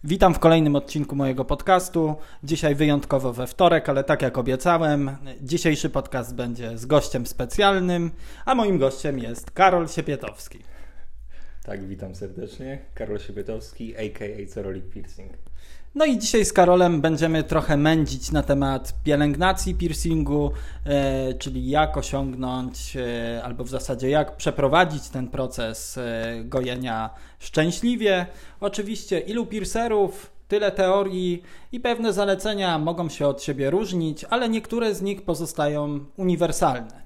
Witam w kolejnym odcinku mojego podcastu. Dzisiaj wyjątkowo we wtorek, ale tak jak obiecałem, dzisiejszy podcast będzie z gościem specjalnym, a moim gościem jest Karol Siepietowski. Tak, witam serdecznie. Karol Siepietowski, a.k.a. Cerolik Piercing. No i dzisiaj z Karolem będziemy trochę mędzić na temat pielęgnacji piercingu, czyli jak osiągnąć, albo w zasadzie jak przeprowadzić ten proces gojenia szczęśliwie. Oczywiście ilu piercerów, tyle teorii i pewne zalecenia mogą się od siebie różnić, ale niektóre z nich pozostają uniwersalne.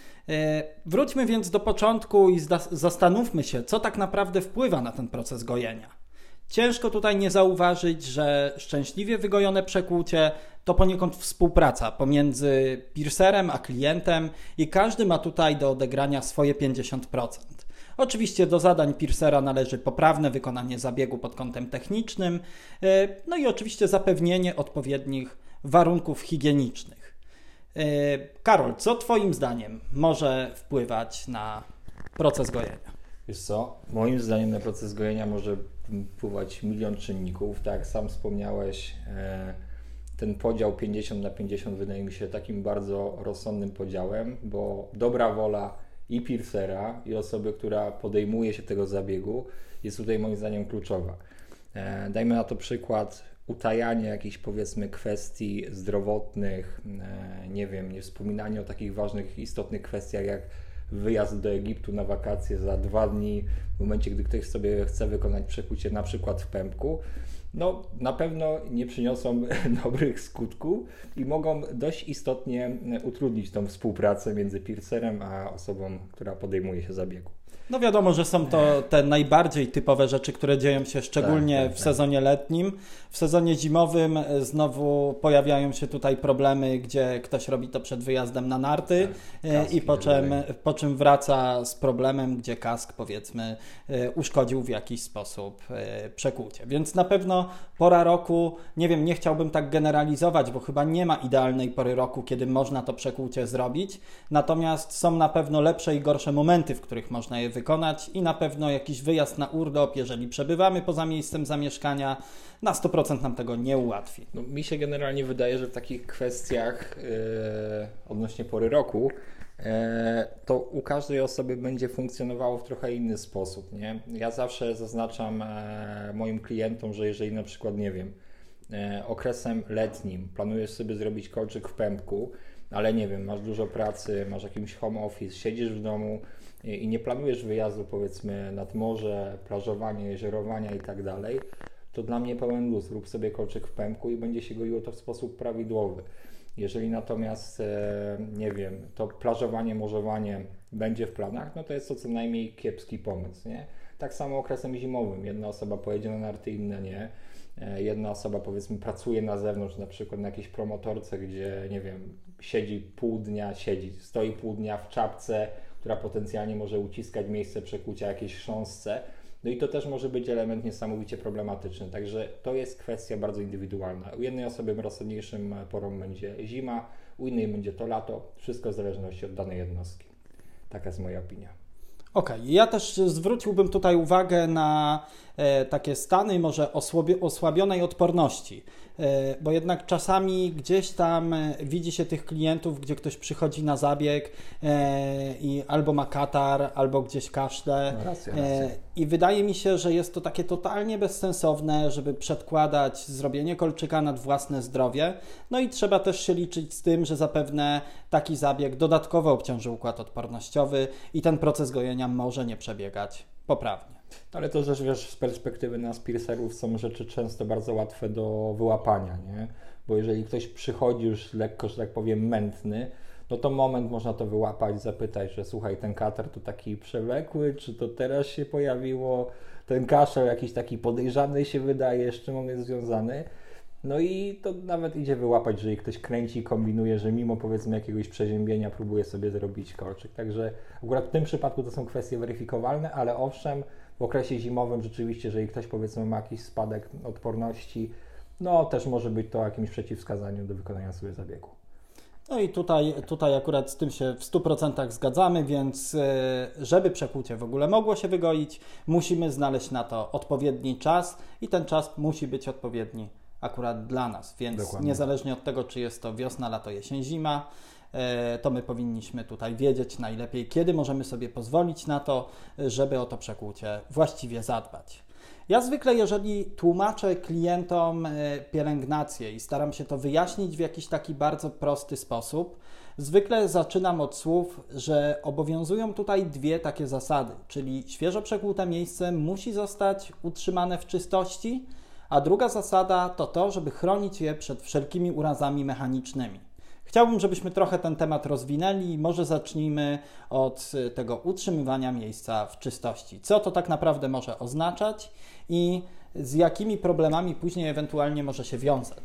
Wróćmy więc do początku i zastanówmy się, co tak naprawdę wpływa na ten proces gojenia. Ciężko tutaj nie zauważyć, że szczęśliwie wygojone przekłucie to poniekąd współpraca pomiędzy piercerem a klientem i każdy ma tutaj do odegrania swoje 50%. Oczywiście do zadań piercera należy poprawne wykonanie zabiegu pod kątem technicznym, no i oczywiście zapewnienie odpowiednich warunków higienicznych. Karol, co Twoim zdaniem może wpływać na proces gojenia? Wiesz co, moim zdaniem na proces gojenia może wpływać milion czynników. Tak jak sam wspomniałeś, ten podział 50/50 wydaje mi się takim bardzo rozsądnym podziałem, bo dobra wola i piercera, i osoby, która podejmuje się tego zabiegu, jest tutaj moim zdaniem kluczowa. Dajmy na to przykład utajanie jakichś, powiedzmy, kwestii zdrowotnych, nie wspominanie o takich ważnych, istotnych kwestiach jak wyjazd do Egiptu na wakacje za 2 dni, w momencie, gdy ktoś sobie chce wykonać przekłucie na przykład w pępku, no na pewno nie przyniosą dobrych skutków i mogą dość istotnie utrudnić tą współpracę między piercerem a osobą, która podejmuje się zabiegu. No wiadomo, że są to te najbardziej typowe rzeczy, które dzieją się szczególnie w sezonie letnim. W sezonie zimowym znowu pojawiają się tutaj problemy, gdzie ktoś robi to przed wyjazdem na narty i po czym wraca z problemem, gdzie kask, powiedzmy, uszkodził w jakiś sposób przekłucie. Więc na pewno pora roku, nie chciałbym tak generalizować, bo chyba nie ma idealnej pory roku, kiedy można to przekłucie zrobić. Natomiast są na pewno lepsze i gorsze momenty, w których można je wykonać i na pewno jakiś wyjazd na urlop, jeżeli przebywamy poza miejscem zamieszkania, na 100% nam tego nie ułatwi. No, mi się generalnie wydaje, że w takich kwestiach odnośnie pory roku to u każdej osoby będzie funkcjonowało w trochę inny sposób, nie? Ja zawsze zaznaczam moim klientom, że jeżeli na przykład, okresem letnim planujesz sobie zrobić kolczyk w pępku, ale masz dużo pracy, masz jakiś home office, siedzisz w domu i nie planujesz wyjazdu, powiedzmy, nad morze, plażowania, jeziorowania i tak dalej, to dla mnie pełen luz. Rób sobie kolczyk w pępku i będzie się goiło to w sposób prawidłowy. Jeżeli natomiast, to plażowanie, morzowanie będzie w planach, no to jest to co najmniej kiepski pomysł, nie? Tak samo okresem zimowym. Jedna osoba pojedzie na narty, inna nie. Jedna osoba, powiedzmy, pracuje na zewnątrz, na przykład na jakiejś promotorce, gdzie, stoi pół dnia w czapce, która potencjalnie może uciskać miejsce przekłucia, jakiejś chrząstce. No i to też może być element niesamowicie problematyczny. Także to jest kwestia bardzo indywidualna. U jednej osoby rozsądniejszym porą będzie zima, u innej będzie to lato. Wszystko w zależności od danej jednostki. Taka jest moja opinia. Okej, ja też zwróciłbym tutaj uwagę na takie stany może osłabionej odporności, bo jednak czasami gdzieś tam widzi się tych klientów, gdzie ktoś przychodzi na zabieg i albo ma katar, albo gdzieś kaszle. No, racja. I wydaje mi się, że jest to takie totalnie bezsensowne, żeby przedkładać zrobienie kolczyka nad własne zdrowie. No i trzeba też się liczyć z tym, że zapewne taki zabieg dodatkowo obciąży układ odpornościowy i ten proces gojenia może nie przebiegać poprawnie. Ale to też, z perspektywy nas piercerów są rzeczy często bardzo łatwe do wyłapania, nie? Bo jeżeli ktoś przychodzi już lekko, że tak powiem, mętny, no to moment można to wyłapać, zapytać, że słuchaj, ten katar to taki przewlekły, czy to teraz się pojawiło, ten kaszel jakiś taki podejrzany się wydaje, z czym on jest związany. No i to nawet idzie wyłapać, jeżeli ktoś kręci i kombinuje, że mimo, powiedzmy, jakiegoś przeziębienia próbuje sobie zrobić kolczyk. Także akurat w tym przypadku to są kwestie weryfikowalne, ale owszem, w okresie zimowym rzeczywiście, jeżeli ktoś, powiedzmy, ma jakiś spadek odporności, no też może być to jakimś przeciwwskazaniem do wykonania sobie zabiegu. No i tutaj akurat z tym się w 100% zgadzamy, więc żeby przekłucie w ogóle mogło się wygoić, musimy znaleźć na to odpowiedni czas i ten czas musi być odpowiedni akurat dla nas, więc Dokładnie. Niezależnie od tego, czy jest to wiosna, lato, jesień, zima, to my powinniśmy tutaj wiedzieć najlepiej, kiedy możemy sobie pozwolić na to, żeby o to przekłucie właściwie zadbać. Ja zwykle, jeżeli tłumaczę klientom pielęgnację i staram się to wyjaśnić w jakiś taki bardzo prosty sposób, zwykle zaczynam od słów, że obowiązują tutaj dwie takie zasady, czyli świeżo przekłute miejsce musi zostać utrzymane w czystości, a druga zasada to to, żeby chronić je przed wszelkimi urazami mechanicznymi. Chciałbym, żebyśmy trochę ten temat rozwinęli i może zacznijmy od tego utrzymywania miejsca w czystości. Co to tak naprawdę może oznaczać i z jakimi problemami później ewentualnie może się wiązać?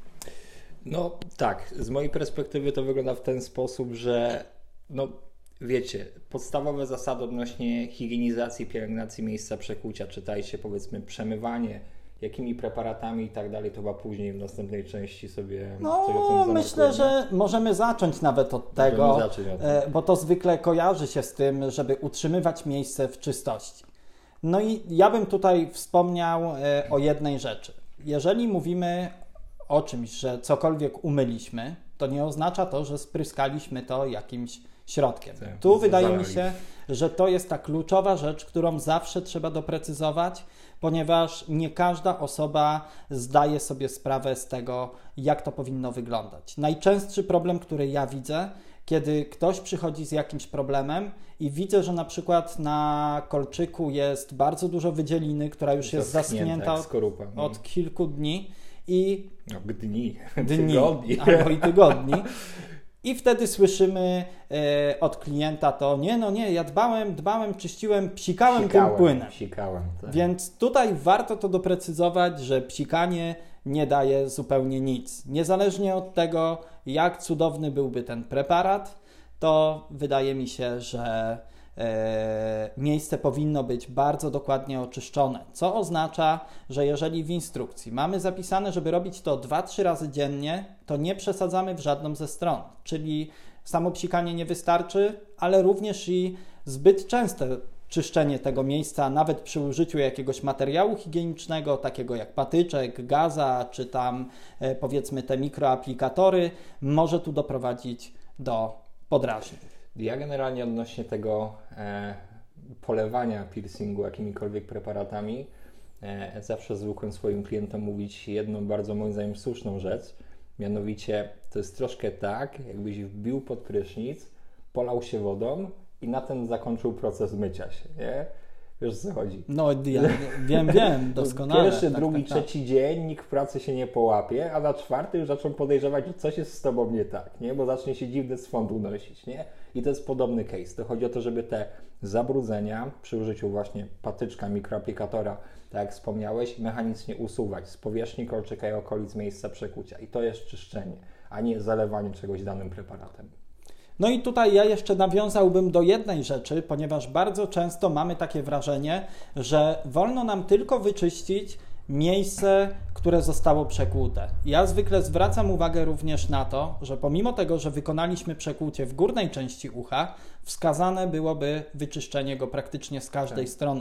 No tak, z mojej perspektywy to wygląda w ten sposób, że no wiecie, podstawowe zasady odnośnie higienizacji, pielęgnacji miejsca przekłucia, czytajcie powiedzmy przemywanie, jakimi preparatami i tak dalej, to chyba później w następnej części sobie coś o tym myślę, że możemy zacząć nawet od tego, bo to zwykle kojarzy się z tym, żeby utrzymywać miejsce w czystości. No i ja bym tutaj wspomniał o jednej rzeczy. Jeżeli mówimy o czymś, że cokolwiek umyliśmy, to nie oznacza to, że spryskaliśmy to jakimś środkiem. Tu wydaje mi się, że to jest ta kluczowa rzecz, którą zawsze trzeba doprecyzować, ponieważ nie każda osoba zdaje sobie sprawę z tego, jak to powinno wyglądać. Najczęstszy problem, który ja widzę, kiedy ktoś przychodzi z jakimś problemem i widzę, że na przykład na kolczyku jest bardzo dużo wydzieliny, która już jest zaschnięta od kilku dni i tygodni albo i tygodni. I wtedy słyszymy od klienta to nie, ja dbałem, czyściłem, psikałem tym płynem. Tak. Więc tutaj warto to doprecyzować, że psikanie nie daje zupełnie nic. Niezależnie od tego, jak cudowny byłby ten preparat, to wydaje mi się, że miejsce powinno być bardzo dokładnie oczyszczone, co oznacza, że jeżeli w instrukcji mamy zapisane, żeby robić to 2-3 razy dziennie, to nie przesadzamy w żadną ze stron, czyli samo psikanie nie wystarczy, ale również i zbyt częste czyszczenie tego miejsca, nawet przy użyciu jakiegoś materiału higienicznego, takiego jak patyczek, gaza, czy tam powiedzmy te mikroaplikatory, może tu doprowadzić do podrażnień. Ja generalnie odnośnie tego polewania piercingu jakimikolwiek preparatami zawsze zwykłem swoim klientom mówić jedną bardzo moim zdaniem słuszną rzecz, mianowicie to jest troszkę tak, jakbyś wbił pod prysznic, polał się wodą i na ten zakończył proces mycia się, nie? Wiesz, o co chodzi? No, ja wiem, doskonale. Pierwszy, drugi, trzeci dzień nikt w pracy się nie połapie, a na czwarty już zaczną podejrzewać, że coś jest z tobą nie tak, nie? Bo zacznie się dziwny swąd unosić, nie? I to jest podobny case. To chodzi o to, żeby te zabrudzenia przy użyciu właśnie patyczka, mikroaplikatora, tak jak wspomniałeś, mechanicznie usuwać z powierzchni kolczyka i okolic miejsca przekłucia. I to jest czyszczenie, a nie zalewanie czegoś danym preparatem. No i tutaj ja jeszcze nawiązałbym do jednej rzeczy, ponieważ bardzo często mamy takie wrażenie, że wolno nam tylko wyczyścić miejsce, które zostało przekłute. Ja zwykle zwracam uwagę również na to, że pomimo tego, że wykonaliśmy przekłucie w górnej części ucha, wskazane byłoby wyczyszczenie go praktycznie z każdej strony,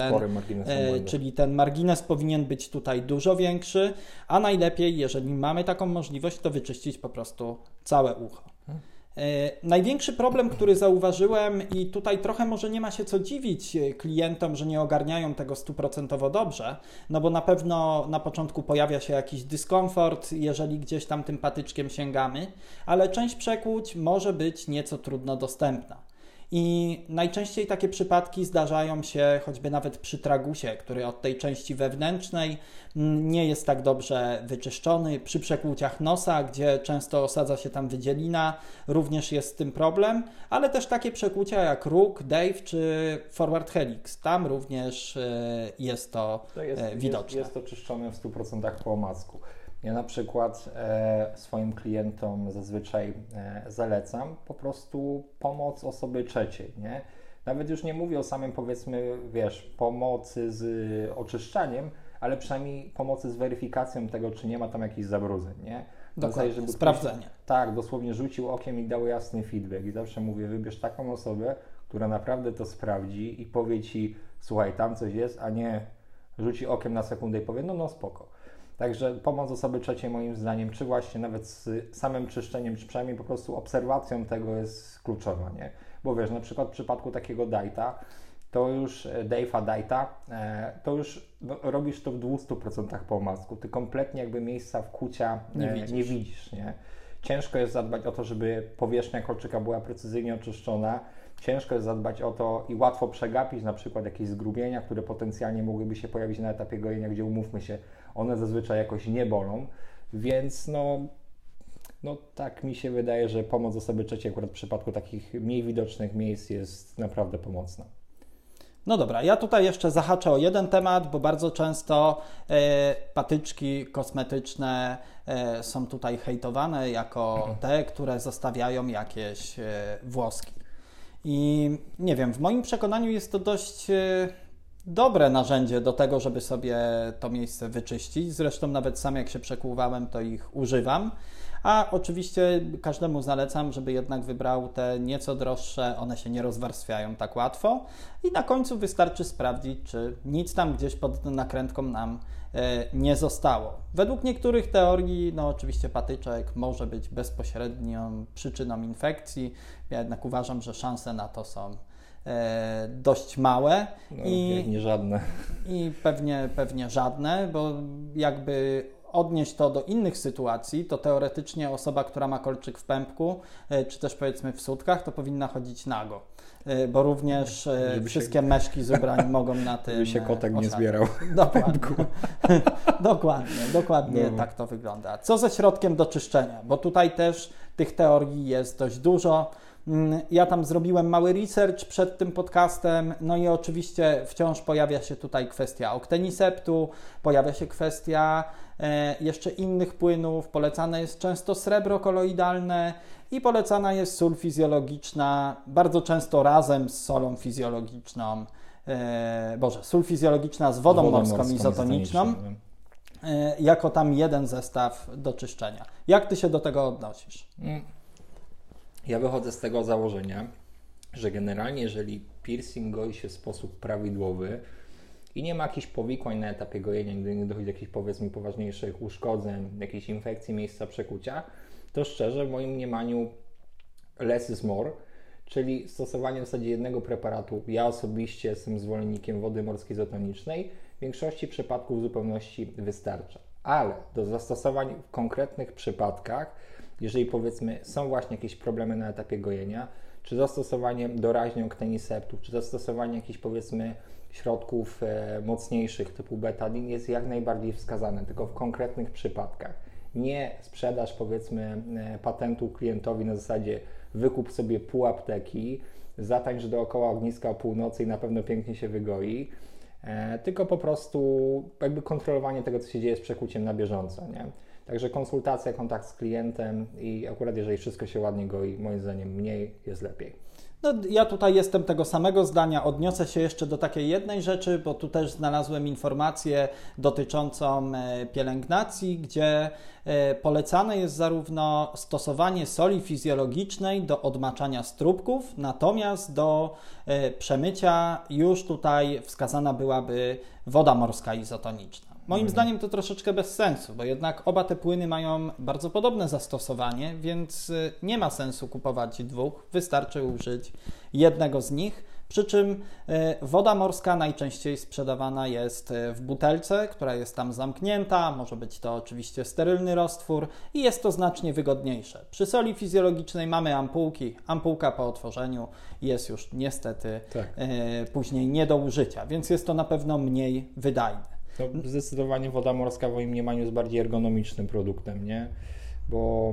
czyli ten margines powinien być tutaj dużo większy, a najlepiej, jeżeli mamy taką możliwość, to wyczyścić po prostu całe ucho. Największy problem, który zauważyłem i tutaj trochę może nie ma się co dziwić klientom, że nie ogarniają tego 100% dobrze, no bo na pewno na początku pojawia się jakiś dyskomfort, jeżeli gdzieś tam tym patyczkiem sięgamy, ale część przekłuć może być nieco trudno dostępna. I najczęściej takie przypadki zdarzają się choćby nawet przy tragusie, który od tej części wewnętrznej nie jest tak dobrze wyczyszczony. Przy przekłuciach nosa, gdzie często osadza się tam wydzielina, również jest z tym problem, ale też takie przekłucia jak róg, Dave czy forward helix, tam również jest to widoczne. Jest to czyszczone w 100% po omacku. Ja na przykład swoim klientom zazwyczaj zalecam po prostu pomoc osoby trzeciej, nie? Nawet już nie mówię o samym, powiedzmy, pomocy z oczyszczaniem, ale przynajmniej pomocy z weryfikacją tego, czy nie ma tam jakichś zabrudzeń, nie? Dokładnie, sprawdzenie. Tak, dosłownie rzucił okiem i dał jasny feedback. I zawsze mówię, wybierz taką osobę, która naprawdę to sprawdzi i powie Ci, słuchaj, tam coś jest, a nie rzuci okiem na sekundę i powie, no spoko. Także pomoc osoby trzeciej moim zdaniem, czy właśnie nawet z samym czyszczeniem, czy przynajmniej po prostu obserwacją tego jest kluczowa, nie? Bo wiesz, na przykład w przypadku takiego Dave'a, to już robisz to w 200% po omacku. Ty kompletnie jakby miejsca wkucia nie widzisz, nie? Ciężko jest zadbać o to, żeby powierzchnia kolczyka była precyzyjnie oczyszczona. Ciężko jest zadbać o to i łatwo przegapić na przykład jakieś zgrubienia, które potencjalnie mogłyby się pojawić na etapie gojenia, gdzie umówmy się, one zazwyczaj jakoś nie bolą, więc no tak mi się wydaje, że pomoc osoby trzeciej akurat w przypadku takich mniej widocznych miejsc jest naprawdę pomocna. No dobra, ja tutaj jeszcze zahaczę o jeden temat, bo bardzo często patyczki kosmetyczne są tutaj hejtowane jako te, które zostawiają jakieś włoski. I nie wiem, w moim przekonaniu jest to dość dobre narzędzie do tego, żeby sobie to miejsce wyczyścić. Zresztą nawet sam jak się przekłuwałem, to ich używam. A oczywiście każdemu zalecam, żeby jednak wybrał te nieco droższe, one się nie rozwarstwiają tak łatwo i na końcu wystarczy sprawdzić, czy nic tam gdzieś pod nakrętką nam nie zostało. Według niektórych teorii, no oczywiście patyczek może być bezpośrednią przyczyną infekcji, ja jednak uważam, że szanse na to są dość małe i nie żadne. I pewnie żadne, bo jakby odnieść to do innych sytuacji, to teoretycznie osoba, która ma kolczyk w pępku, czy też powiedzmy w sutkach, to powinna chodzić nago, bo również wszystkie meszki z ubrań mogą na tym żeby się kotek nie zbierał. Dokładnie tak to wygląda. Co ze środkiem do czyszczenia? Bo tutaj też tych teorii jest dość dużo. Ja tam zrobiłem mały research przed tym podcastem, no i oczywiście wciąż pojawia się tutaj kwestia okteniseptu, pojawia się kwestia jeszcze innych płynów, polecane jest często srebro koloidalne i polecana jest sól fizjologiczna, bardzo często razem z solą fizjologiczną, sól fizjologiczna z wodą morską izotoniczną, jako tam jeden zestaw do czyszczenia. Jak Ty się do tego odnosisz? Ja wychodzę z tego założenia, że generalnie jeżeli piercing goi się w sposób prawidłowy i nie ma jakichś powikłań na etapie gojenia, gdy nie dochodzi do jakichś powiedzmy poważniejszych uszkodzeń, jakiejś infekcji miejsca przekucia, to szczerze w moim mniemaniu less is more, czyli stosowanie w zasadzie jednego preparatu. Ja osobiście jestem zwolennikiem wody morskiej izotonicznej, w większości przypadków w zupełności wystarcza. Ale do zastosowań w konkretnych przypadkach, jeżeli powiedzmy są właśnie jakieś problemy na etapie gojenia, czy zastosowanie doraźnie okteniseptu, czy zastosowanie jakichś powiedzmy środków mocniejszych typu betadin jest jak najbardziej wskazane, tylko w konkretnych przypadkach. Nie sprzedaż powiedzmy patentu klientowi na zasadzie wykup sobie pół apteki, zatańcz dookoła ogniska o północy i na pewno pięknie się wygoi, tylko po prostu jakby kontrolowanie tego, co się dzieje z przekuciem na bieżąco, nie? Także konsultacja, kontakt z klientem i akurat jeżeli wszystko się ładnie goi, moim zdaniem mniej jest lepiej. No, ja tutaj jestem tego samego zdania. Odniosę się jeszcze do takiej jednej rzeczy, bo tu też znalazłem informację dotyczącą pielęgnacji, gdzie polecane jest zarówno stosowanie soli fizjologicznej do odmaczania strupków, natomiast do przemycia już tutaj wskazana byłaby woda morska izotoniczna. Moim zdaniem to troszeczkę bez sensu, bo jednak oba te płyny mają bardzo podobne zastosowanie, więc nie ma sensu kupować dwóch, wystarczy użyć jednego z nich, przy czym woda morska najczęściej sprzedawana jest w butelce, która jest tam zamknięta, może być to oczywiście sterylny roztwór i jest to znacznie wygodniejsze. Przy soli fizjologicznej mamy ampułki, ampułka po otworzeniu jest już niestety później nie do użycia, więc jest to na pewno mniej wydajne. To zdecydowanie woda morska w moim mniemaniu jest bardziej ergonomicznym produktem, nie? Bo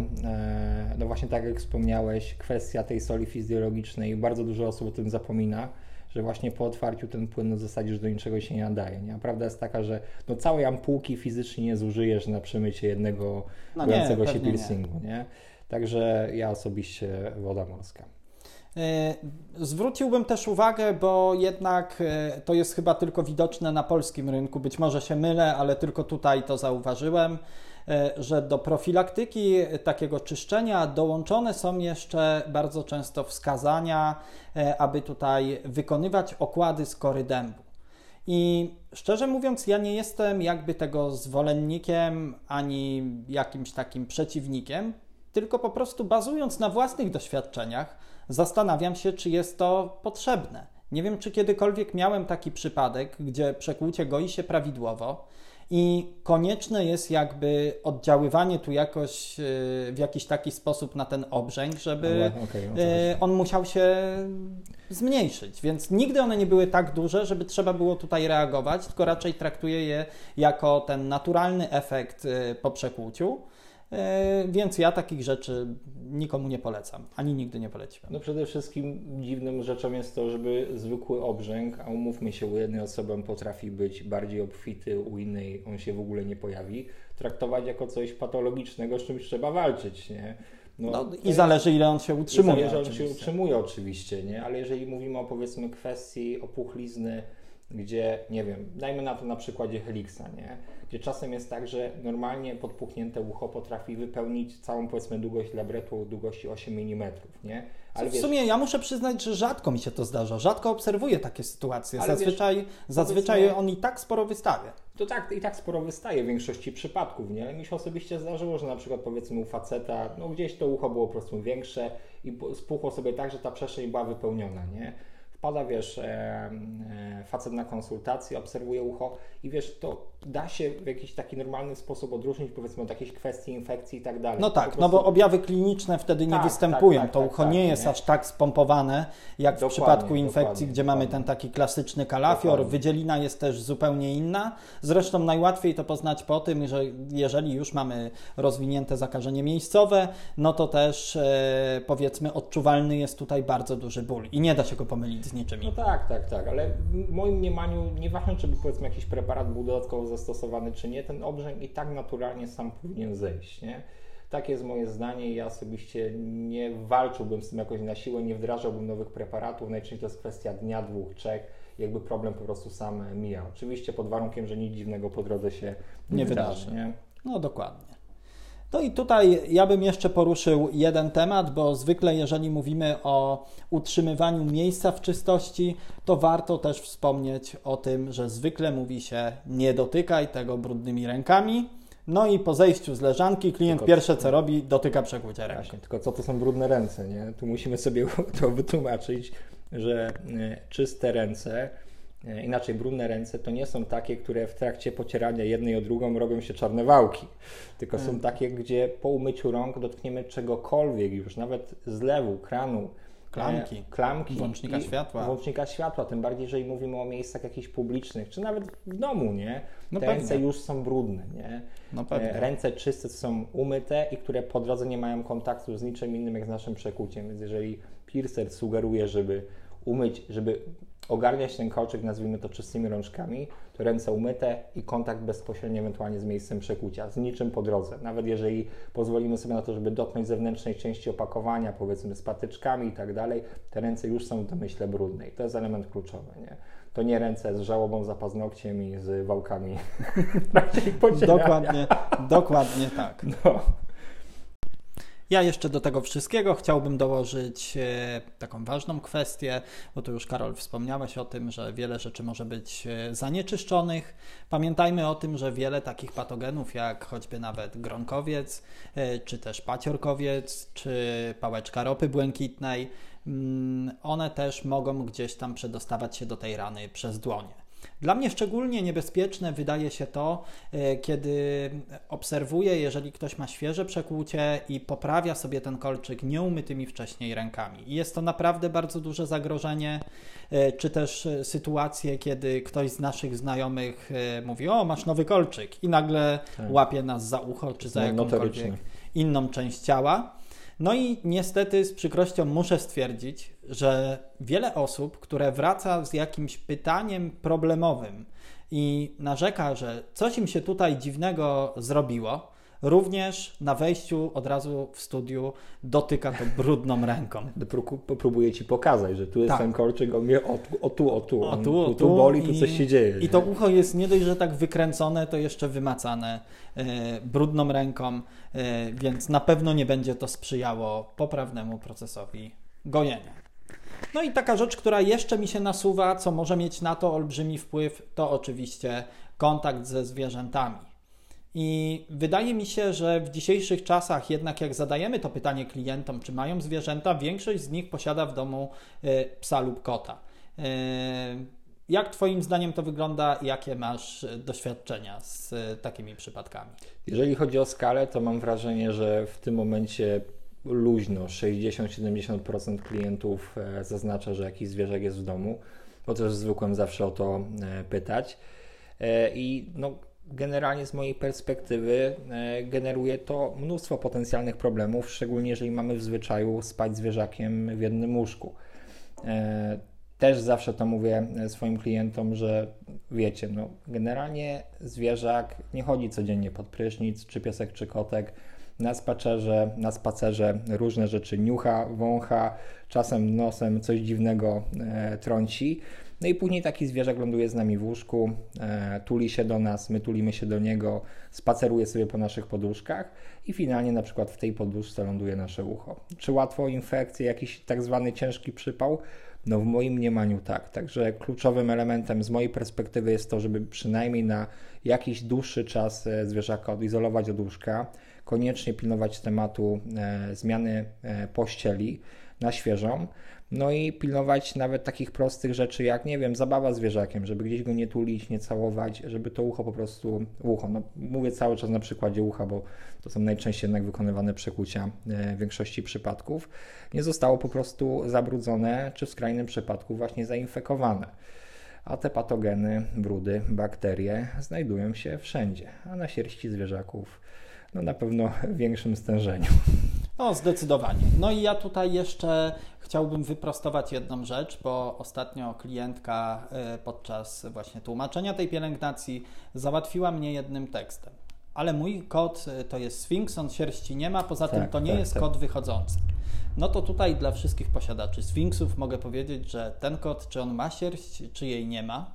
no właśnie tak jak wspomniałeś, kwestia tej soli fizjologicznej, bardzo dużo osób o tym zapomina, że właśnie po otwarciu ten płyn w zasadzie już do niczego się nie nadaje, nie? A prawda jest taka, że no całej ampułki fizycznie nie zużyjesz na przemycie jednego gojącego się piercingu, nie? Także ja osobiście woda morska. Zwróciłbym też uwagę, bo jednak to jest chyba tylko widoczne na polskim rynku, być może się mylę, ale tylko tutaj to zauważyłem, że do profilaktyki takiego czyszczenia dołączone są jeszcze bardzo często wskazania, aby tutaj wykonywać okłady z kory dębu. I szczerze mówiąc, ja nie jestem jakby tego zwolennikiem ani jakimś takim przeciwnikiem, tylko po prostu bazując na własnych doświadczeniach, zastanawiam się, czy jest to potrzebne. Nie wiem, czy kiedykolwiek miałem taki przypadek, gdzie przekłucie goi się prawidłowo i konieczne jest jakby oddziaływanie tu jakoś w jakiś taki sposób na ten obrzęk, żeby on musiał się zmniejszyć. Więc nigdy one nie były tak duże, żeby trzeba było tutaj reagować, tylko raczej traktuję je jako ten naturalny efekt po przekłuciu. Więc ja takich rzeczy nikomu nie polecam, ani nigdy nie poleciłem. No przede wszystkim dziwną rzeczą jest to, żeby zwykły obrzęk, a umówmy się, u jednej osoby on potrafi być bardziej obfity, u innej on się w ogóle nie pojawi, traktować jako coś patologicznego, z czymś trzeba walczyć, nie? I zależy, ile on się utrzymuje. Zależy, on się utrzymuje oczywiście, nie? Ale jeżeli mówimy o, powiedzmy, kwestii opuchlizny, gdzie, nie wiem, dajmy na to na przykładzie Helixa, nie? Gdzie czasem jest tak, że normalnie podpuchnięte ucho potrafi wypełnić całą, powiedzmy, długość labretu o długości 8 mm, nie? Ale w sumie ja muszę przyznać, że rzadko mi się to zdarza, rzadko obserwuję takie sytuacje. Zazwyczaj on i tak sporo wystawia. To tak, i tak sporo wystaje w większości przypadków, nie? Mi się osobiście zdarzyło, że na przykład, powiedzmy, u faceta, no gdzieś to ucho było po prostu większe i spuchło sobie tak, że ta przestrzeń była wypełniona, nie? Wpada, wiesz, facet na konsultację, obserwuje ucho i wiesz, to da się w jakiś taki normalny sposób odróżnić, powiedzmy, od jakichś kwestii infekcji i tak dalej. No tak, no bo objawy kliniczne wtedy nie występują. To ucho nie jest aż tak spompowane, jak w przypadku infekcji, gdzie mamy ten taki klasyczny kalafior. Wydzielina jest też zupełnie inna. Zresztą najłatwiej to poznać po tym, że jeżeli już mamy rozwinięte zakażenie miejscowe, no to też powiedzmy odczuwalny jest tutaj bardzo duży ból i nie da się go pomylić z niczym. No tak, ale w moim mniemaniu, nieważne czy by, powiedzmy, jakiś preparat był dodatkowo zastosowany czy nie, ten obrzęk i tak naturalnie sam powinien zejść, nie? Tak jest moje zdanie i ja osobiście nie walczyłbym z tym jakoś na siłę, nie wdrażałbym nowych preparatów, najczęściej to jest kwestia dnia, 2, 3, jakby problem po prostu sam mija. Oczywiście pod warunkiem, że nic dziwnego po drodze się nie wydarzy. Nie? No dokładnie. No i tutaj ja bym jeszcze poruszył jeden temat, bo zwykle jeżeli mówimy o utrzymywaniu miejsca w czystości, to warto też wspomnieć o tym, że zwykle mówi się nie dotykaj tego brudnymi rękami. No i po zejściu z leżanki klient pierwsze co robi, dotyka przekłucia ręką. Właśnie, tylko co to są brudne ręce, nie? Tu musimy sobie to wytłumaczyć, że czyste ręce, inaczej brudne ręce to nie są takie, które w trakcie pocierania jednej o drugą robią się czarne wałki, tylko są takie, gdzie po umyciu rąk dotkniemy czegokolwiek już, nawet zlewu, kranu, klamki, włącznika światła, tym bardziej, jeżeli mówimy o miejscach jakichś publicznych, czy nawet w domu, nie? Te ręce już są brudne, nie? Ręce czyste są umyte i które po drodze nie mają kontaktu z niczym innym jak z naszym przekłuciem, więc jeżeli piercer sugeruje, żeby umyć, żeby ogarniać ten kolczyk, nazwijmy to czystymi rączkami, to ręce umyte i kontakt bezpośredni ewentualnie z miejscem przekłucia, z niczym po drodze. Nawet jeżeli pozwolimy sobie na to, żeby dotknąć zewnętrznej części opakowania, powiedzmy z patyczkami i tak dalej, te ręce już są w domyśle brudne i to jest element kluczowy, nie? To nie ręce z żałobą za paznokciem i z wałkami w trakcie ich pocierania. Dokładnie tak. No. Ja jeszcze do tego wszystkiego chciałbym dołożyć taką ważną kwestię, bo tu już Karol wspomniałeś o tym, że wiele rzeczy może być zanieczyszczonych. Pamiętajmy o tym, że wiele takich patogenów jak choćby nawet gronkowiec, czy też paciorkowiec, czy pałeczka ropy błękitnej, one też mogą gdzieś tam przedostawać się do tej rany przez dłonie. Dla mnie szczególnie niebezpieczne wydaje się to, kiedy obserwuję, jeżeli ktoś ma świeże przekłucie i poprawia sobie ten kolczyk nieumytymi wcześniej rękami. I jest to naprawdę bardzo duże zagrożenie, czy też sytuacje, kiedy ktoś z naszych znajomych mówi: o, masz nowy kolczyk i nagle łapie nas za ucho, czy za jakąkolwiek inną część ciała. No i niestety z przykrością muszę stwierdzić, że wiele osób, które wraca z jakimś pytaniem problemowym i narzeka, że coś im się tutaj dziwnego zrobiło, również na wejściu od razu w studiu dotyka to brudną ręką. Próbuję Ci pokazać, że tu jest ten kolczyk, on mnie tu boli, tu coś się dzieje. I to ucho jest nie dość, że tak wykręcone, to jeszcze wymacane brudną ręką, więc na pewno nie będzie to sprzyjało poprawnemu procesowi gojenia. No i taka rzecz, która jeszcze mi się nasuwa, co może mieć na to olbrzymi wpływ, to oczywiście kontakt ze zwierzętami. I wydaje mi się, że w dzisiejszych czasach jednak jak zadajemy to pytanie klientom, czy mają zwierzęta, większość z nich posiada w domu psa lub kota. Jak Twoim zdaniem to wygląda? Jakie masz doświadczenia z takimi przypadkami? Jeżeli chodzi o skalę, to mam wrażenie, że w tym momencie luźno 60-70% klientów zaznacza, że jakiś zwierzak jest w domu, bo też zwykłem zawsze o to pytać. I generalnie z mojej perspektywy generuje to mnóstwo potencjalnych problemów, szczególnie jeżeli mamy w zwyczaju spać z zwierzakiem w jednym łóżku. Też zawsze to mówię swoim klientom, że wiecie, zwierzak nie chodzi codziennie pod prysznic, czy piesek, czy kotek. Na spacerze różne rzeczy niucha, wącha, czasem nosem coś dziwnego trąci. No i później taki zwierzak ląduje z nami w łóżku, tuli się do nas, my tulimy się do niego, spaceruje sobie po naszych poduszkach i finalnie na przykład w tej poduszce ląduje nasze ucho. Czy łatwo o infekcję, jakiś tak zwany ciężki przypał? W moim mniemaniu tak. Także kluczowym elementem z mojej perspektywy jest to, żeby przynajmniej na jakiś dłuższy czas zwierzaka odizolować od łóżka, koniecznie pilnować tematu zmiany pościeli na świeżą, no i pilnować nawet takich prostych rzeczy jak, zabawa z zwierzakiem, żeby gdzieś go nie tulić, nie całować, żeby to ucho mówię cały czas na przykładzie ucha, bo to są najczęściej jednak wykonywane przekłucia w większości przypadków, nie zostało po prostu zabrudzone, czy w skrajnym przypadku właśnie zainfekowane. A te patogeny, brudy, bakterie znajdują się wszędzie, a na sierści zwierzaków na pewno w większym stężeniu. Zdecydowanie. No i ja tutaj jeszcze chciałbym wyprostować jedną rzecz, bo ostatnio klientka podczas właśnie tłumaczenia tej pielęgnacji załatwiła mnie jednym tekstem. Ale mój kot to jest sfinks, on sierści nie ma, poza tym to nie jest kot wychodzący. No to tutaj dla wszystkich posiadaczy sfinksów mogę powiedzieć, że ten kot, czy on ma sierść, czy jej nie ma,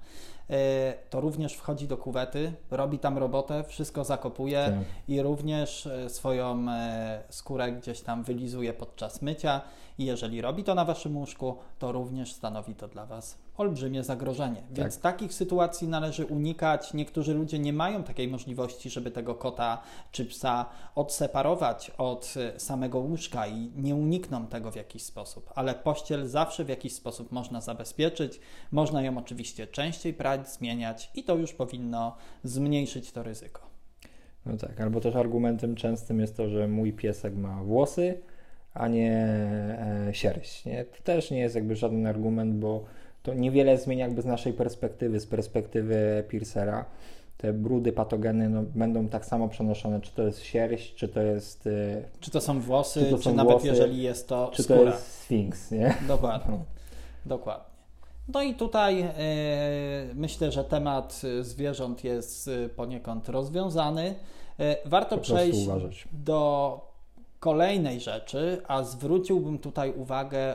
to również wchodzi do kuwety, robi tam robotę, wszystko zakopuje i również swoją skórę gdzieś tam wylizuje podczas mycia i jeżeli robi to na Waszym łóżku, to również stanowi to dla Was olbrzymie zagrożenie. Więc takich sytuacji należy unikać. Niektórzy ludzie nie mają takiej możliwości, żeby tego kota czy psa odseparować od samego łóżka i nie unikną tego w jakiś sposób, ale pościel zawsze w jakiś sposób można zabezpieczyć. Można ją oczywiście częściej prać, zmieniać i to już powinno zmniejszyć to ryzyko. No tak, albo też argumentem częstym jest to, że mój piesek ma włosy, a nie sierść. Nie? To też nie jest żaden argument, bo to niewiele zmienia z naszej perspektywy, z perspektywy piercera. Te brudy, patogeny będą tak samo przenoszone, czy to jest sierść, czy to jest... Czy to są włosy, czy nawet jeżeli jest to czy skóra. To jest sfinks, nie? Dokładnie. Dokładnie. No i tutaj myślę, że temat zwierząt jest poniekąd rozwiązany. Warto przejść do kolejnej rzeczy, a zwróciłbym tutaj uwagę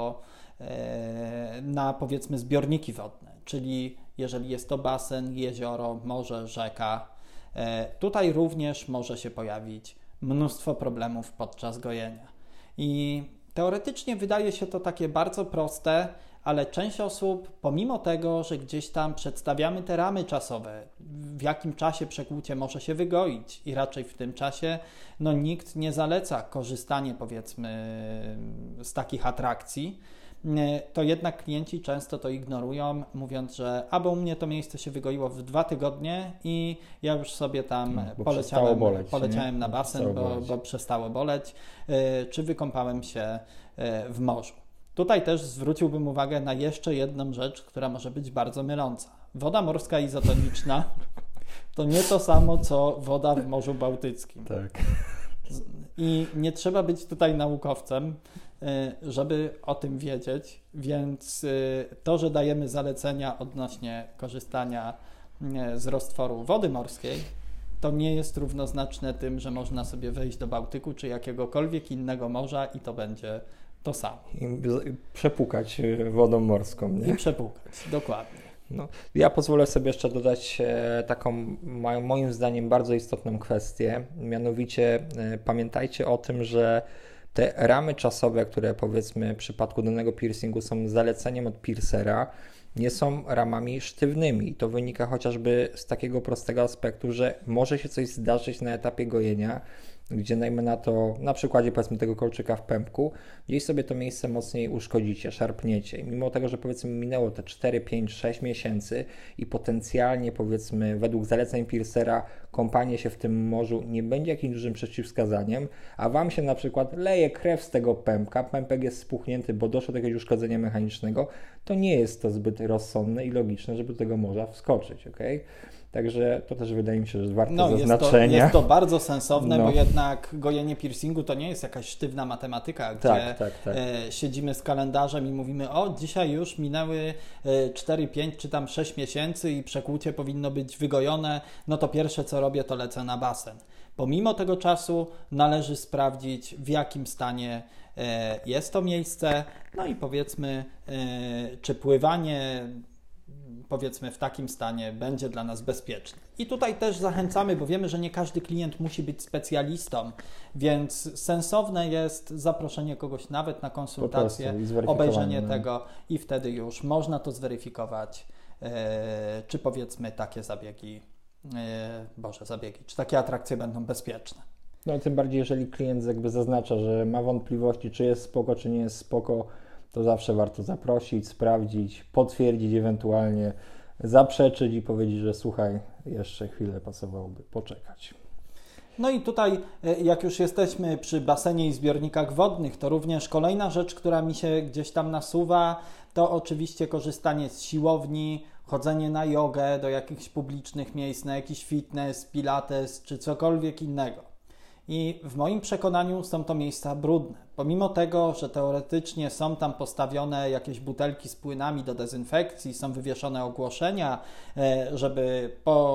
na powiedzmy zbiorniki wodne, czyli jeżeli jest to basen, jezioro, morze, rzeka, tutaj również może się pojawić mnóstwo problemów podczas gojenia. I teoretycznie wydaje się to takie bardzo proste, ale część osób, pomimo tego, że gdzieś tam przedstawiamy te ramy czasowe, w jakim czasie przekłucie może się wygoić i raczej w tym czasie nikt nie zaleca korzystanie powiedzmy z takich atrakcji, to jednak klienci często to ignorują, mówiąc, że bo u mnie to miejsce się wygoiło w 2 tygodnie i ja już sobie tam poleciałem na basen, bo przestało boleć, czy wykąpałem się w morzu. Tutaj też zwróciłbym uwagę na jeszcze jedną rzecz, która może być bardzo myląca. Woda morska izotoniczna to nie to samo, co woda w Morzu Bałtyckim. Tak. I nie trzeba być tutaj naukowcem, żeby o tym wiedzieć, więc to, że dajemy zalecenia odnośnie korzystania z roztworu wody morskiej, to nie jest równoznaczne tym, że można sobie wejść do Bałtyku czy jakiegokolwiek innego morza i to będzie to samo. I przepłukać wodą morską, nie? I przepłukać, dokładnie. No, ja pozwolę sobie jeszcze dodać taką moim zdaniem bardzo istotną kwestię, mianowicie pamiętajcie o tym, że te ramy czasowe, które powiedzmy w przypadku danego piercingu są zaleceniem od piercera, nie są ramami sztywnymi. To wynika chociażby z takiego prostego aspektu, że może się coś zdarzyć na etapie gojenia, gdzie dajmy na to, na przykładzie powiedzmy tego kolczyka w pępku, gdzieś sobie to miejsce mocniej uszkodzicie, szarpniecie. I mimo tego, że powiedzmy minęło te 4, 5, 6 miesięcy i potencjalnie powiedzmy według zaleceń piercera kąpanie się w tym morzu nie będzie jakimś dużym przeciwwskazaniem, a Wam się na przykład leje krew z tego pępka, pępek jest spuchnięty, bo doszło do jakiegoś uszkodzenia mechanicznego, to nie jest to zbyt rozsądne i logiczne, żeby do tego morza wskoczyć, ok? Także to też wydaje mi się, że warte zaznaczenia. Jest to bardzo sensowne, bo jednak gojenie piercingu to nie jest jakaś sztywna matematyka, gdzie siedzimy z kalendarzem i mówimy, o dzisiaj już minęły 4, 5 czy tam 6 miesięcy i przekłucie powinno być wygojone, no to pierwsze co robię to lecę na basen. Pomimo tego czasu należy sprawdzić w jakim stanie jest to miejsce, no i powiedzmy czy pływanie powiedzmy w takim stanie będzie dla nas bezpieczne. I tutaj też zachęcamy, bo wiemy, że nie każdy klient musi być specjalistą, więc sensowne jest zaproszenie kogoś nawet na konsultację, obejrzenie tego i wtedy już można to zweryfikować, czy powiedzmy takie zabiegi, czy takie atrakcje będą bezpieczne. No tym bardziej, jeżeli klient jakby zaznacza, że ma wątpliwości, czy jest spoko, czy nie jest spoko, to zawsze warto zaprosić, sprawdzić, potwierdzić ewentualnie, zaprzeczyć i powiedzieć, że słuchaj, jeszcze chwilę pasowałoby poczekać. No i tutaj, jak już jesteśmy przy basenie i zbiornikach wodnych, to również kolejna rzecz, która mi się gdzieś tam nasuwa, to oczywiście korzystanie z siłowni, chodzenie na jogę do jakichś publicznych miejsc, na jakiś fitness, pilates czy cokolwiek innego. I w moim przekonaniu są to miejsca brudne. Pomimo tego, że teoretycznie są tam postawione jakieś butelki z płynami do dezynfekcji, są wywieszone ogłoszenia, żeby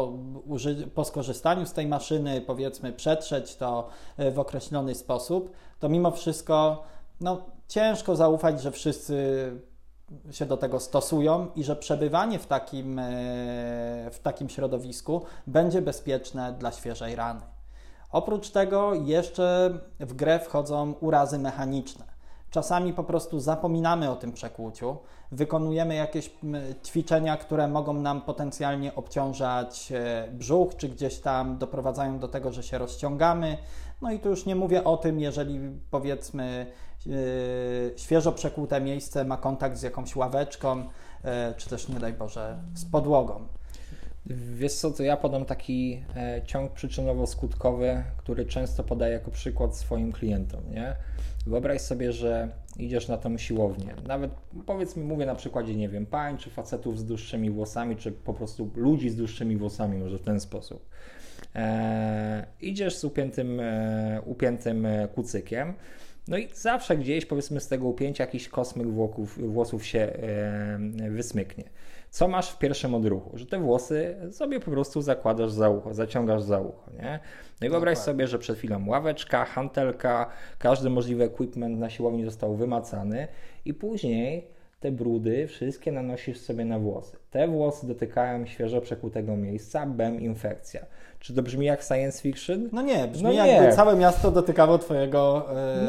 po skorzystaniu z tej maszyny, powiedzmy, przetrzeć to w określony sposób, to mimo wszystko ciężko zaufać, że wszyscy się do tego stosują i że przebywanie w takim środowisku będzie bezpieczne dla świeżej rany. Oprócz tego jeszcze w grę wchodzą urazy mechaniczne. Czasami po prostu zapominamy o tym przekłuciu, wykonujemy jakieś ćwiczenia, które mogą nam potencjalnie obciążać brzuch, czy gdzieś tam doprowadzają do tego, że się rozciągamy. No i tu już nie mówię o tym, jeżeli powiedzmy świeżo przekłute miejsce ma kontakt z jakąś ławeczką, czy też nie daj Boże z podłogą. Wiesz co, to ja podam taki ciąg przyczynowo-skutkowy, który często podaję jako przykład swoim klientom, nie? Wyobraź sobie, że idziesz na tą siłownię, nawet powiedzmy, mówię na przykładzie, nie wiem, pań czy facetów z dłuższymi włosami, czy po prostu ludzi z dłuższymi włosami, może w ten sposób. Idziesz z upiętym kucykiem, no i zawsze gdzieś, powiedzmy, z tego upięcia jakiś kosmyk włosów się wysmyknie. Co masz w pierwszym odruchu? Że te włosy sobie po prostu zakładasz za ucho, zaciągasz za ucho, nie? No i wyobraź sobie, że przed chwilą ławeczka, hantelka, każdy możliwy equipment na siłowni został wymacany i później te brudy wszystkie nanosisz sobie na włosy. Te włosy dotykają świeżo przekłutego miejsca, infekcja. Czy to brzmi jak science fiction? No nie, brzmi jakby całe miasto dotykało twojego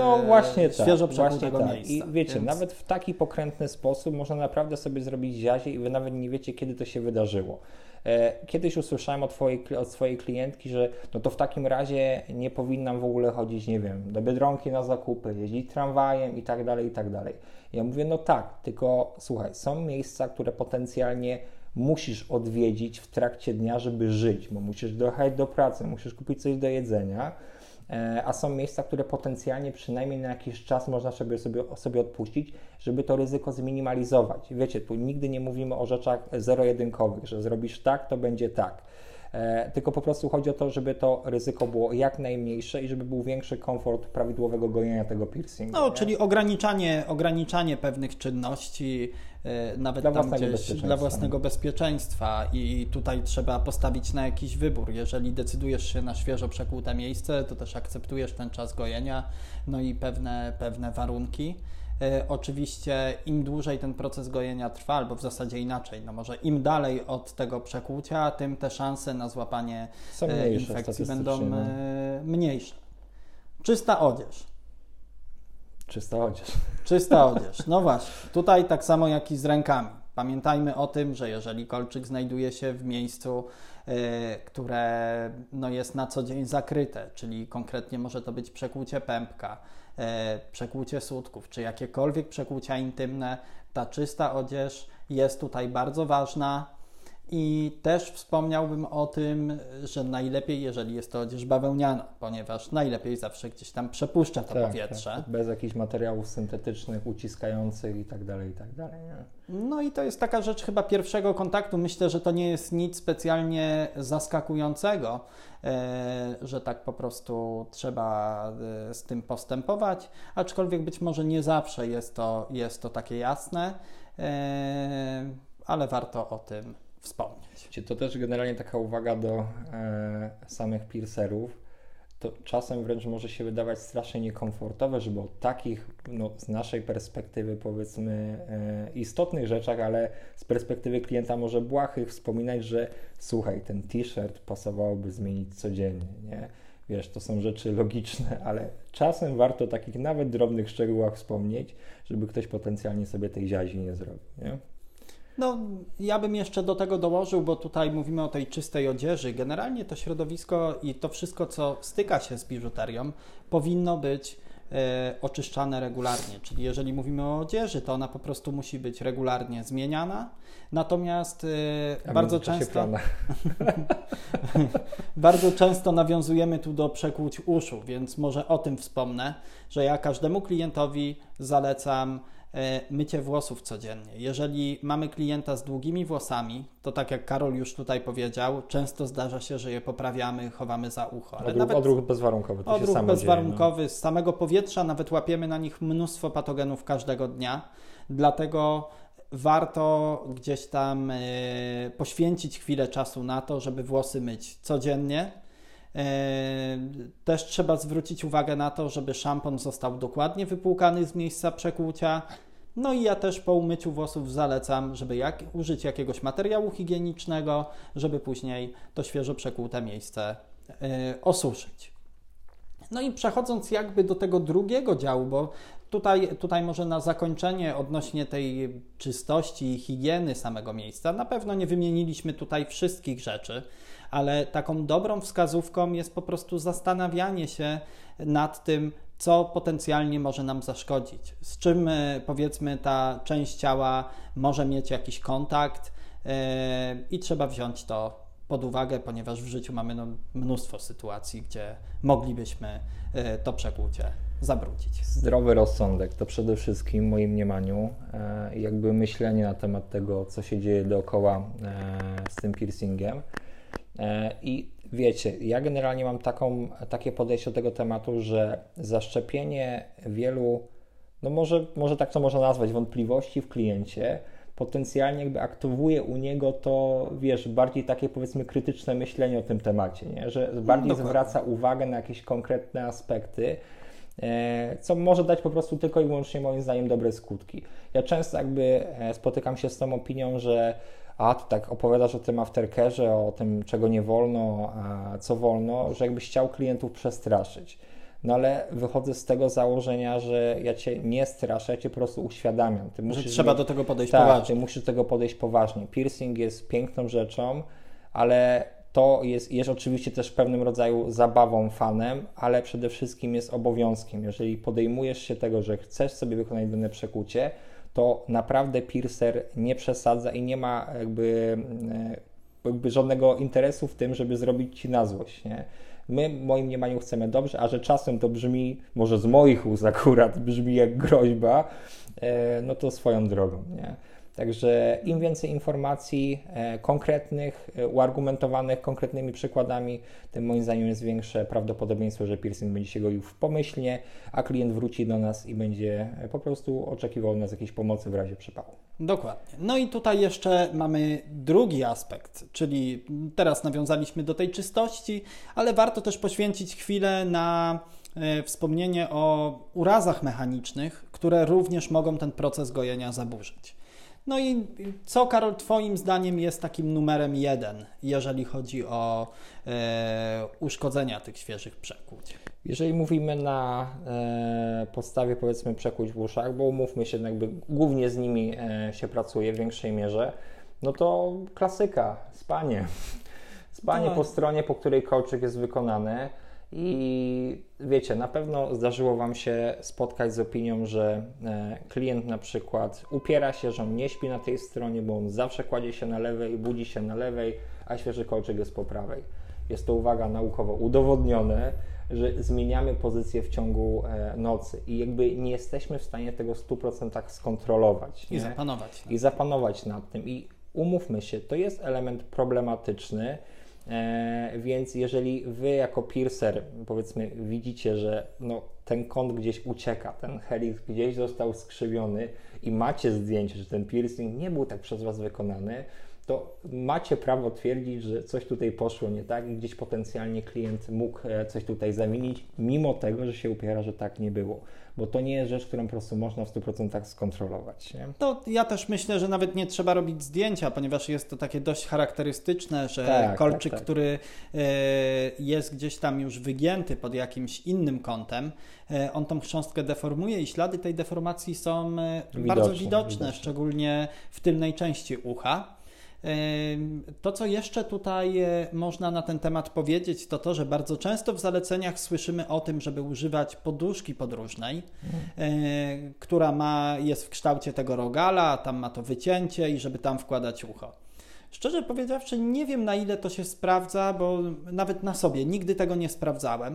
świeżo przekłutego miejsca. I wiecie, nawet w taki pokrętny sposób można naprawdę sobie zrobić ziazie i wy nawet nie wiecie, kiedy to się wydarzyło. Kiedyś usłyszałem od swojej klientki, że no to w takim razie nie powinnam w ogóle chodzić, nie wiem, do Biedronki na zakupy, jeździć tramwajem i tak dalej, i tak dalej. Ja mówię, no tak, tylko słuchaj, są miejsca, które potencjalnie musisz odwiedzić w trakcie dnia, żeby żyć, bo musisz dojechać do pracy, musisz kupić coś do jedzenia, a są miejsca, które potencjalnie przynajmniej na jakiś czas można sobie odpuścić, żeby to ryzyko zminimalizować. Wiecie, tu nigdy nie mówimy o rzeczach zero-jedynkowych, że zrobisz tak, to będzie tak. tylko po prostu chodzi o to, żeby to ryzyko było jak najmniejsze i żeby był większy komfort prawidłowego gojenia tego piercingu. No, czyli ograniczanie pewnych czynności, nawet dla tam gdzieś dla własnego bezpieczeństwa i tutaj trzeba postawić na jakiś wybór. Jeżeli decydujesz się na świeżo przekłute miejsce, to też akceptujesz ten czas gojenia, no i pewne warunki. Oczywiście im dłużej ten proces gojenia trwa, albo w zasadzie inaczej, no może im dalej od tego przekłucia, tym te szanse na złapanie infekcji będą mniejsze. Czysta odzież. Czysta odzież. No właśnie. Tutaj tak samo jak i z rękami. Pamiętajmy o tym, że jeżeli kolczyk znajduje się w miejscu, które no, jest na co dzień zakryte, czyli konkretnie może to być przekłucie pępka, przekłucie sutków, czy jakiekolwiek przekłucia intymne, ta czysta odzież jest tutaj bardzo ważna. I też wspomniałbym o tym, że najlepiej, jeżeli jest to odzież bawełniana, ponieważ najlepiej zawsze gdzieś tam przepuszcza to powietrze. Tak, bez jakichś materiałów syntetycznych, uciskających i tak dalej, nie? No i to jest taka rzecz chyba pierwszego kontaktu. Myślę, że to nie jest nic specjalnie zaskakującego, że tak po prostu trzeba z tym postępować, aczkolwiek być może nie zawsze jest to takie jasne, ale warto o tym wspomnieć. To też generalnie taka uwaga do samych piercerów. To czasem wręcz może się wydawać strasznie niekomfortowe, żeby o takich, no, z naszej perspektywy powiedzmy istotnych rzeczach, ale z perspektywy klienta może błahych wspominać, że słuchaj, ten t-shirt pasowałoby zmienić codziennie, nie? Wiesz, to są rzeczy logiczne, ale czasem warto o takich nawet drobnych szczegółach wspomnieć, żeby ktoś potencjalnie sobie tej ziazi nie zrobił, nie? No, ja bym jeszcze do tego dołożył, bo tutaj mówimy o tej czystej odzieży. Generalnie to środowisko i to wszystko, co styka się z biżuterią, powinno być oczyszczane regularnie. Czyli jeżeli mówimy o odzieży, to ona po prostu musi być regularnie zmieniana. Natomiast bardzo często nawiązujemy tu do przekłuć uszu, więc może o tym wspomnę, że ja każdemu klientowi zalecam mycie włosów codziennie. Jeżeli mamy klienta z długimi włosami, to tak jak Karol już tutaj powiedział, często zdarza się, że je poprawiamy, chowamy za ucho. Ale odruch bezwarunkowy. Odruch bezwarunkowy, z samego powietrza nawet łapiemy na nich mnóstwo patogenów każdego dnia, dlatego warto gdzieś tam poświęcić chwilę czasu na to, żeby włosy myć codziennie. Też trzeba zwrócić uwagę na to, żeby szampon został dokładnie wypłukany z miejsca przekłucia. No i ja też po umyciu włosów zalecam, żeby użyć jakiegoś materiału higienicznego, żeby później to świeżo przekłute miejsce osuszyć. No i przechodząc jakby do tego drugiego działu, bo tutaj może na zakończenie odnośnie tej czystości i higieny samego miejsca, na pewno nie wymieniliśmy tutaj wszystkich rzeczy, ale taką dobrą wskazówką jest po prostu zastanawianie się nad tym, co potencjalnie może nam zaszkodzić, z czym powiedzmy ta część ciała może mieć jakiś kontakt i trzeba wziąć to pod uwagę, ponieważ w życiu mamy mnóstwo sytuacji, gdzie moglibyśmy to przekłucie zabrudzić. Zdrowy rozsądek to przede wszystkim w moim mniemaniu jakby myślenie na temat tego, co się dzieje dookoła z tym piercingiem. I wiecie, ja generalnie mam takie podejście do tego tematu, że zaszczepienie wielu, no może tak to można nazwać, wątpliwości w kliencie potencjalnie jakby aktywuje u niego to, wiesz, bardziej takie powiedzmy krytyczne myślenie o tym temacie, nie? Że bardziej zwraca uwagę na jakieś konkretne aspekty, co może dać po prostu tylko i wyłącznie moim zdaniem dobre skutki. Ja często jakby spotykam się z tą opinią, że ty tak opowiadasz o tym aftercare'ze, o tym, czego nie wolno, a co wolno, że jakbyś chciał klientów przestraszyć. No ale wychodzę z tego założenia, że ja Cię nie straszę, ja Cię po prostu uświadamiam. Że trzeba do tego podejść poważnie. Ty musisz do tego podejść poważnie. Piercing jest piękną rzeczą, ale to jest oczywiście też pewnym rodzaju zabawą, fanem, ale przede wszystkim jest obowiązkiem. Jeżeli podejmujesz się tego, że chcesz sobie wykonać dane przekłucie, to naprawdę piercer nie przesadza i nie ma jakby żadnego interesu w tym, żeby zrobić Ci na złość, nie? My, w moim mniemaniu, chcemy dobrze, a że czasem to brzmi, może z moich ust akurat, brzmi jak groźba, no to swoją drogą, nie? Także im więcej informacji konkretnych, uargumentowanych konkretnymi przykładami, tym moim zdaniem jest większe prawdopodobieństwo, że piercing będzie się goił w pomyślnie, a klient wróci do nas i będzie po prostu oczekiwał od nas jakiejś pomocy w razie przypału. Dokładnie. No i tutaj jeszcze mamy drugi aspekt, czyli teraz nawiązaliśmy do tej czystości, ale warto też poświęcić chwilę na wspomnienie o urazach mechanicznych, które również mogą ten proces gojenia zaburzyć. No i co, Karol, Twoim zdaniem jest takim numerem 1, jeżeli chodzi o uszkodzenia tych świeżych przekłuć? Jeżeli mówimy na podstawie, powiedzmy, przekłuć w uszach, bo umówmy się, jakby głównie z nimi się pracuje w większej mierze, no to klasyka, spanie. Spanie po stronie, po której kolczyk jest wykonany. I wiecie, na pewno zdarzyło Wam się spotkać z opinią, że klient na przykład upiera się, że on nie śpi na tej stronie, bo on zawsze kładzie się na lewej, budzi się na lewej, a świeży kolczyk jest po prawej. Jest to, uwaga, naukowo udowodnione, że zmieniamy pozycję w ciągu nocy i jakby nie jesteśmy w stanie tego w 100% skontrolować. I zapanować. I zapanować nad tym. I umówmy się, to jest element problematyczny. Więc jeżeli Wy jako piercer, powiedzmy, widzicie, że no, ten kąt gdzieś ucieka, ten helix gdzieś został skrzywiony i macie zdjęcie, że ten piercing nie był tak przez Was wykonany, to macie prawo twierdzić, że coś tutaj poszło nie tak i gdzieś potencjalnie klient mógł coś tutaj zamienić, mimo tego, że się upiera, że tak nie było. Bo to nie jest rzecz, którą po prostu można w 100% skontrolować. Nie? To ja też myślę, że nawet nie trzeba robić zdjęcia, ponieważ jest to takie dość charakterystyczne, że kolczyk, który jest gdzieś tam już wygięty pod jakimś innym kątem, on tą chrząstkę deformuje i ślady tej deformacji są bardzo widoczne, szczególnie w tylnej części ucha. To, co jeszcze tutaj można na ten temat powiedzieć, to to, że bardzo często w zaleceniach słyszymy o tym, żeby używać poduszki podróżnej, która jest w kształcie tego rogala, tam ma to wycięcie i żeby tam wkładać ucho. Szczerze powiedziawszy, nie wiem, na ile to się sprawdza, bo nawet na sobie nigdy tego nie sprawdzałem,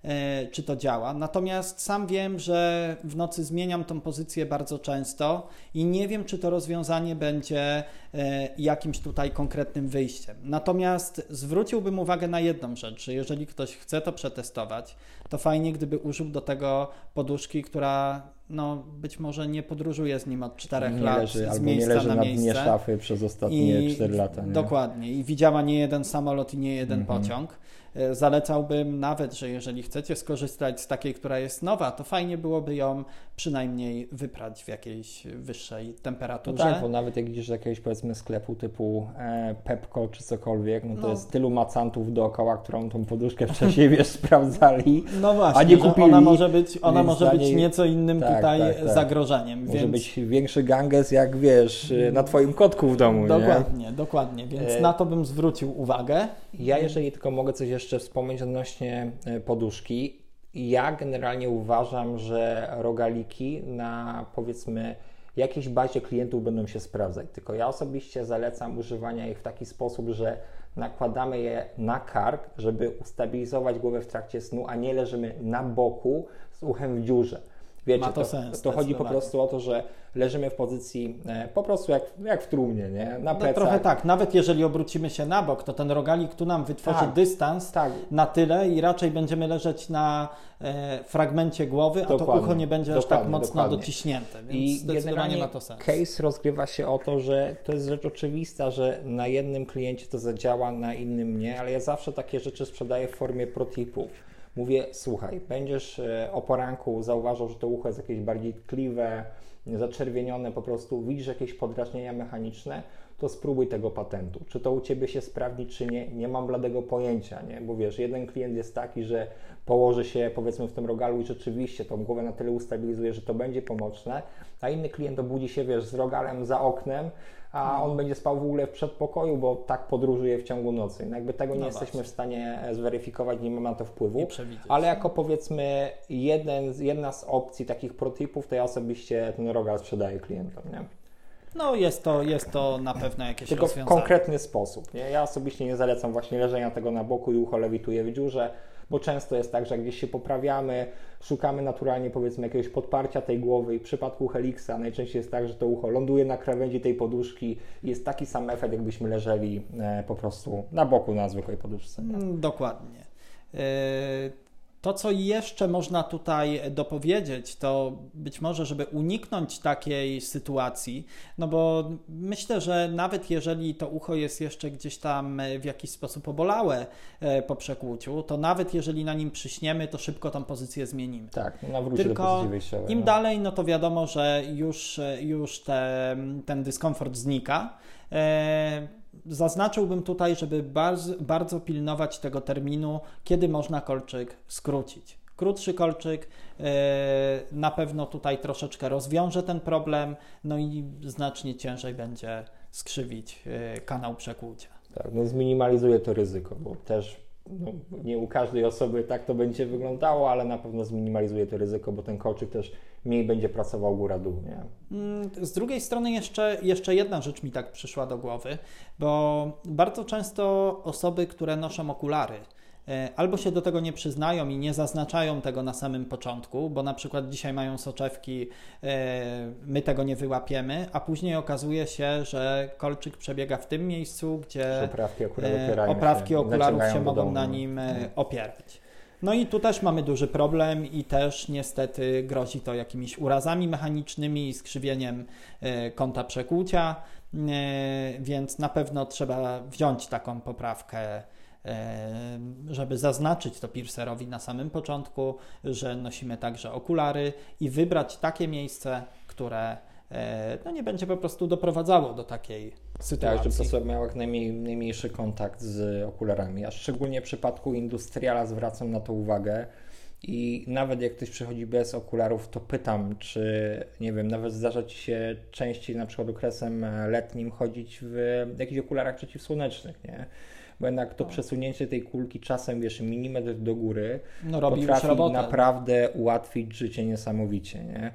czy to działa. Natomiast sam wiem, że w nocy zmieniam tą pozycję bardzo często i nie wiem, czy to rozwiązanie będzie jakimś tutaj konkretnym wyjściem. Natomiast zwróciłbym uwagę na jedną rzecz, że jeżeli ktoś chce to przetestować, to fajnie, gdyby użył do tego poduszki, która no, być może nie podróżuje z nim od 4 lat z miejsca nie leży na na miejsce. Dnie szafy przez ostatnie 4 lata. Nie? Dokładnie. I widziała nie jeden samolot i nie jeden pociąg. Zalecałbym nawet, że jeżeli chcecie skorzystać z takiej, która jest nowa, to fajnie byłoby ją przynajmniej wyprać w jakiejś wyższej temperaturze. No tak, bo nawet jak idziesz do jakiegoś, powiedzmy, sklepu typu Pepco czy cokolwiek, no to jest tylu macantów dookoła, którą tą poduszkę wcześniej, sprawdzali, no właśnie, a nie kupili. Ona może być nieco innym tutaj zagrożeniem. Może być większy ganges, jak na Twoim kotku w domu. Dokładnie, więc na to bym zwrócił uwagę. Ja, jeżeli tylko mogę coś jeszcze wspomnieć odnośnie poduszki, ja generalnie uważam, że rogaliki na, powiedzmy, jakiejś bazie klientów będą się sprawdzać, tylko ja osobiście zalecam używania ich w taki sposób, że nakładamy je na kark, żeby ustabilizować głowę w trakcie snu, a nie leżymy na boku z uchem w dziurze. Wiecie, ma to sens, to chodzi po prostu o to, że leżymy w pozycji po prostu jak w trumnie, nie? Na plecach. Trochę tak, nawet jeżeli obrócimy się na bok, to ten rogalik tu nam wytworzy dystans na tyle i raczej będziemy leżeć na fragmencie głowy, a to ucho nie będzie aż tak mocno dociśnięte, więc i zdecydowanie ma to sens. Case rozgrywa się o to, że to jest rzecz oczywista, że na jednym kliencie to zadziała, na innym nie, ale ja zawsze takie rzeczy sprzedaję w formie protipów. Mówię, słuchaj, będziesz o poranku zauważał, że to ucho jest jakieś bardziej tkliwe, zaczerwienione, po prostu widzisz jakieś podrażnienia mechaniczne, to spróbuj tego patentu. Czy to u Ciebie się sprawdzi, czy nie, nie mam bladego pojęcia, nie? Bo wiesz, jeden klient jest taki, że położy się, powiedzmy, w tym rogalu i rzeczywiście tą głowę na tyle ustabilizuje, że to będzie pomocne, a inny klient obudzi się, wiesz, z rogalem za oknem, a on będzie spał w ogóle w przedpokoju, bo tak podróżuje w ciągu nocy. No jakby tego nie jesteśmy w stanie zweryfikować, nie mamy na to wpływu, ale jako, powiedzmy, jedna z opcji takich protipów, to ja osobiście ten rogal sprzedaję klientom, nie? No jest to na pewno jakieś rozwiązanie. Tylko w konkretny sposób, nie? Ja osobiście nie zalecam właśnie leżenia tego na boku i ucho lewituje w dziurze. bo często jest tak, że jak gdzieś się poprawiamy, szukamy naturalnie powiedzmy jakiegoś podparcia tej głowy i w przypadku Helixa najczęściej jest tak, że to ucho ląduje na krawędzi tej poduszki i jest taki sam efekt, jakbyśmy leżeli po prostu na boku na zwykłej poduszce. Dokładnie. To, co jeszcze można tutaj dopowiedzieć, to być może, żeby uniknąć takiej sytuacji, no bo myślę, że nawet jeżeli to ucho jest jeszcze gdzieś tam w jakiś sposób obolałe po przekłuciu, to nawet jeżeli na nim przyśniemy, to szybko tą pozycję zmienimy. Tak, nawróci do pozycji wyjściowej. Im dalej, no to wiadomo, że już ten dyskomfort znika. Zaznaczyłbym tutaj, żeby bardzo pilnować tego terminu, kiedy można kolczyk skrócić. Krótszy kolczyk na pewno tutaj troszeczkę rozwiąże ten problem, no i znacznie ciężej będzie skrzywić kanał przekłucia. Tak, no zminimalizuje to ryzyko, bo też nie u każdej osoby tak to będzie wyglądało, ale na pewno zminimalizuje to ryzyko, bo ten kolczyk też mniej będzie pracował góra-dół. Nie? Z drugiej strony jeszcze jedna rzecz mi tak przyszła do głowy, bo bardzo często osoby, które noszą okulary, albo się do tego nie przyznają i nie zaznaczają tego na samym początku, bo na przykład dzisiaj mają soczewki, my tego nie wyłapiemy, a później okazuje się, że kolczyk przebiega w tym miejscu, gdzie oprawki okularów się mogą na nim opierać. No i tu też mamy duży problem i też niestety grozi to jakimiś urazami mechanicznymi i skrzywieniem kąta przekłucia, więc na pewno trzeba wziąć taką poprawkę, żeby zaznaczyć to piercerowi na samym początku, że nosimy także okulary i wybrać takie miejsce, które nie będzie po prostu doprowadzało do takiej sytuacji. Tak, żeby osoba miała jak najmniejszy kontakt z okularami. A szczególnie w przypadku industriala zwracam na to uwagę i nawet jak ktoś przychodzi bez okularów, to pytam, czy nie wiem, nawet zdarza Ci się częściej na przykład okresem letnim chodzić w jakichś okularach przeciwsłonecznych, nie? Bo jednak to przesunięcie tej kulki czasem, milimetr do góry potrafi naprawdę ułatwić życie niesamowicie, nie?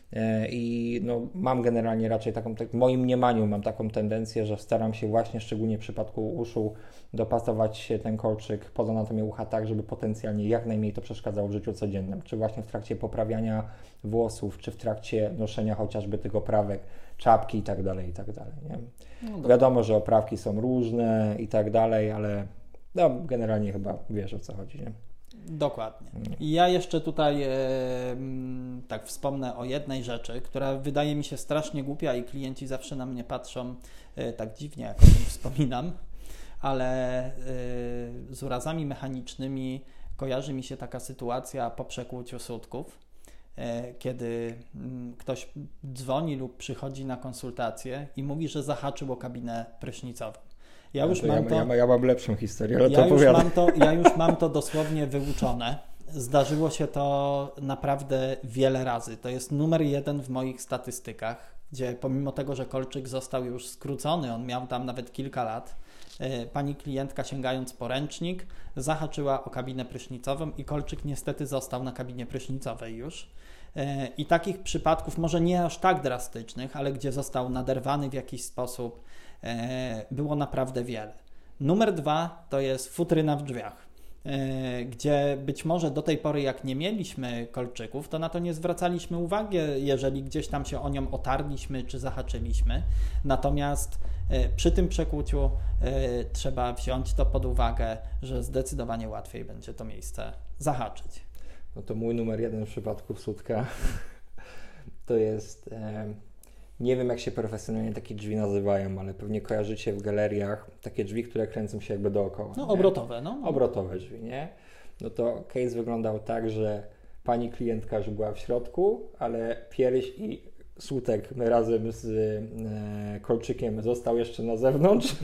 I mam generalnie raczej w moim mniemaniu mam taką tendencję, że staram się właśnie szczególnie w przypadku uszu dopasować ten kolczyk pod anatomię ucha tak, żeby potencjalnie jak najmniej to przeszkadzało w życiu codziennym, czy właśnie w trakcie poprawiania włosów, czy w trakcie noszenia chociażby tych oprawek, czapki i tak dalej, nie? Wiadomo, że oprawki są różne i tak dalej, ale generalnie chyba wiesz, o co chodzi, nie? Dokładnie. I ja jeszcze tutaj tak wspomnę o jednej rzeczy, która wydaje mi się strasznie głupia i klienci zawsze na mnie patrzą tak dziwnie, jak o tym wspominam, ale z urazami mechanicznymi kojarzy mi się taka sytuacja po przekłuciu sutków, kiedy ktoś dzwoni lub przychodzi na konsultację i mówi, że zahaczył o kabinę prysznicową. Ja mam lepszą historię, ale ja już mam to dosłownie wyuczone. Zdarzyło się to naprawdę wiele razy. To jest numer 1 w moich statystykach, gdzie pomimo tego, że kolczyk został już skrócony, on miał tam nawet kilka lat, pani klientka sięgając po ręcznik zahaczyła o kabinę prysznicową i kolczyk niestety został na kabinie prysznicowej już. I takich przypadków, może nie aż tak drastycznych, ale gdzie został naderwany w jakiś sposób, było naprawdę wiele. Numer 2 to jest futryna w drzwiach, gdzie być może do tej pory jak nie mieliśmy kolczyków, to na to nie zwracaliśmy uwagi, jeżeli gdzieś tam się o nią otarliśmy czy zahaczyliśmy. Natomiast przy tym przekłuciu trzeba wziąć to pod uwagę, że zdecydowanie łatwiej będzie to miejsce zahaczyć. No to mój numer 1 w przypadku sutka to jest... Nie wiem, jak się profesjonalnie takie drzwi nazywają, ale pewnie kojarzycie w galeriach takie drzwi, które kręcą się jakby dookoła. Obrotowe, Obrotowe drzwi, nie? No to case wyglądał tak, że pani klientka już była w środku, ale pierś i sutek razem z kolczykiem został jeszcze na zewnątrz.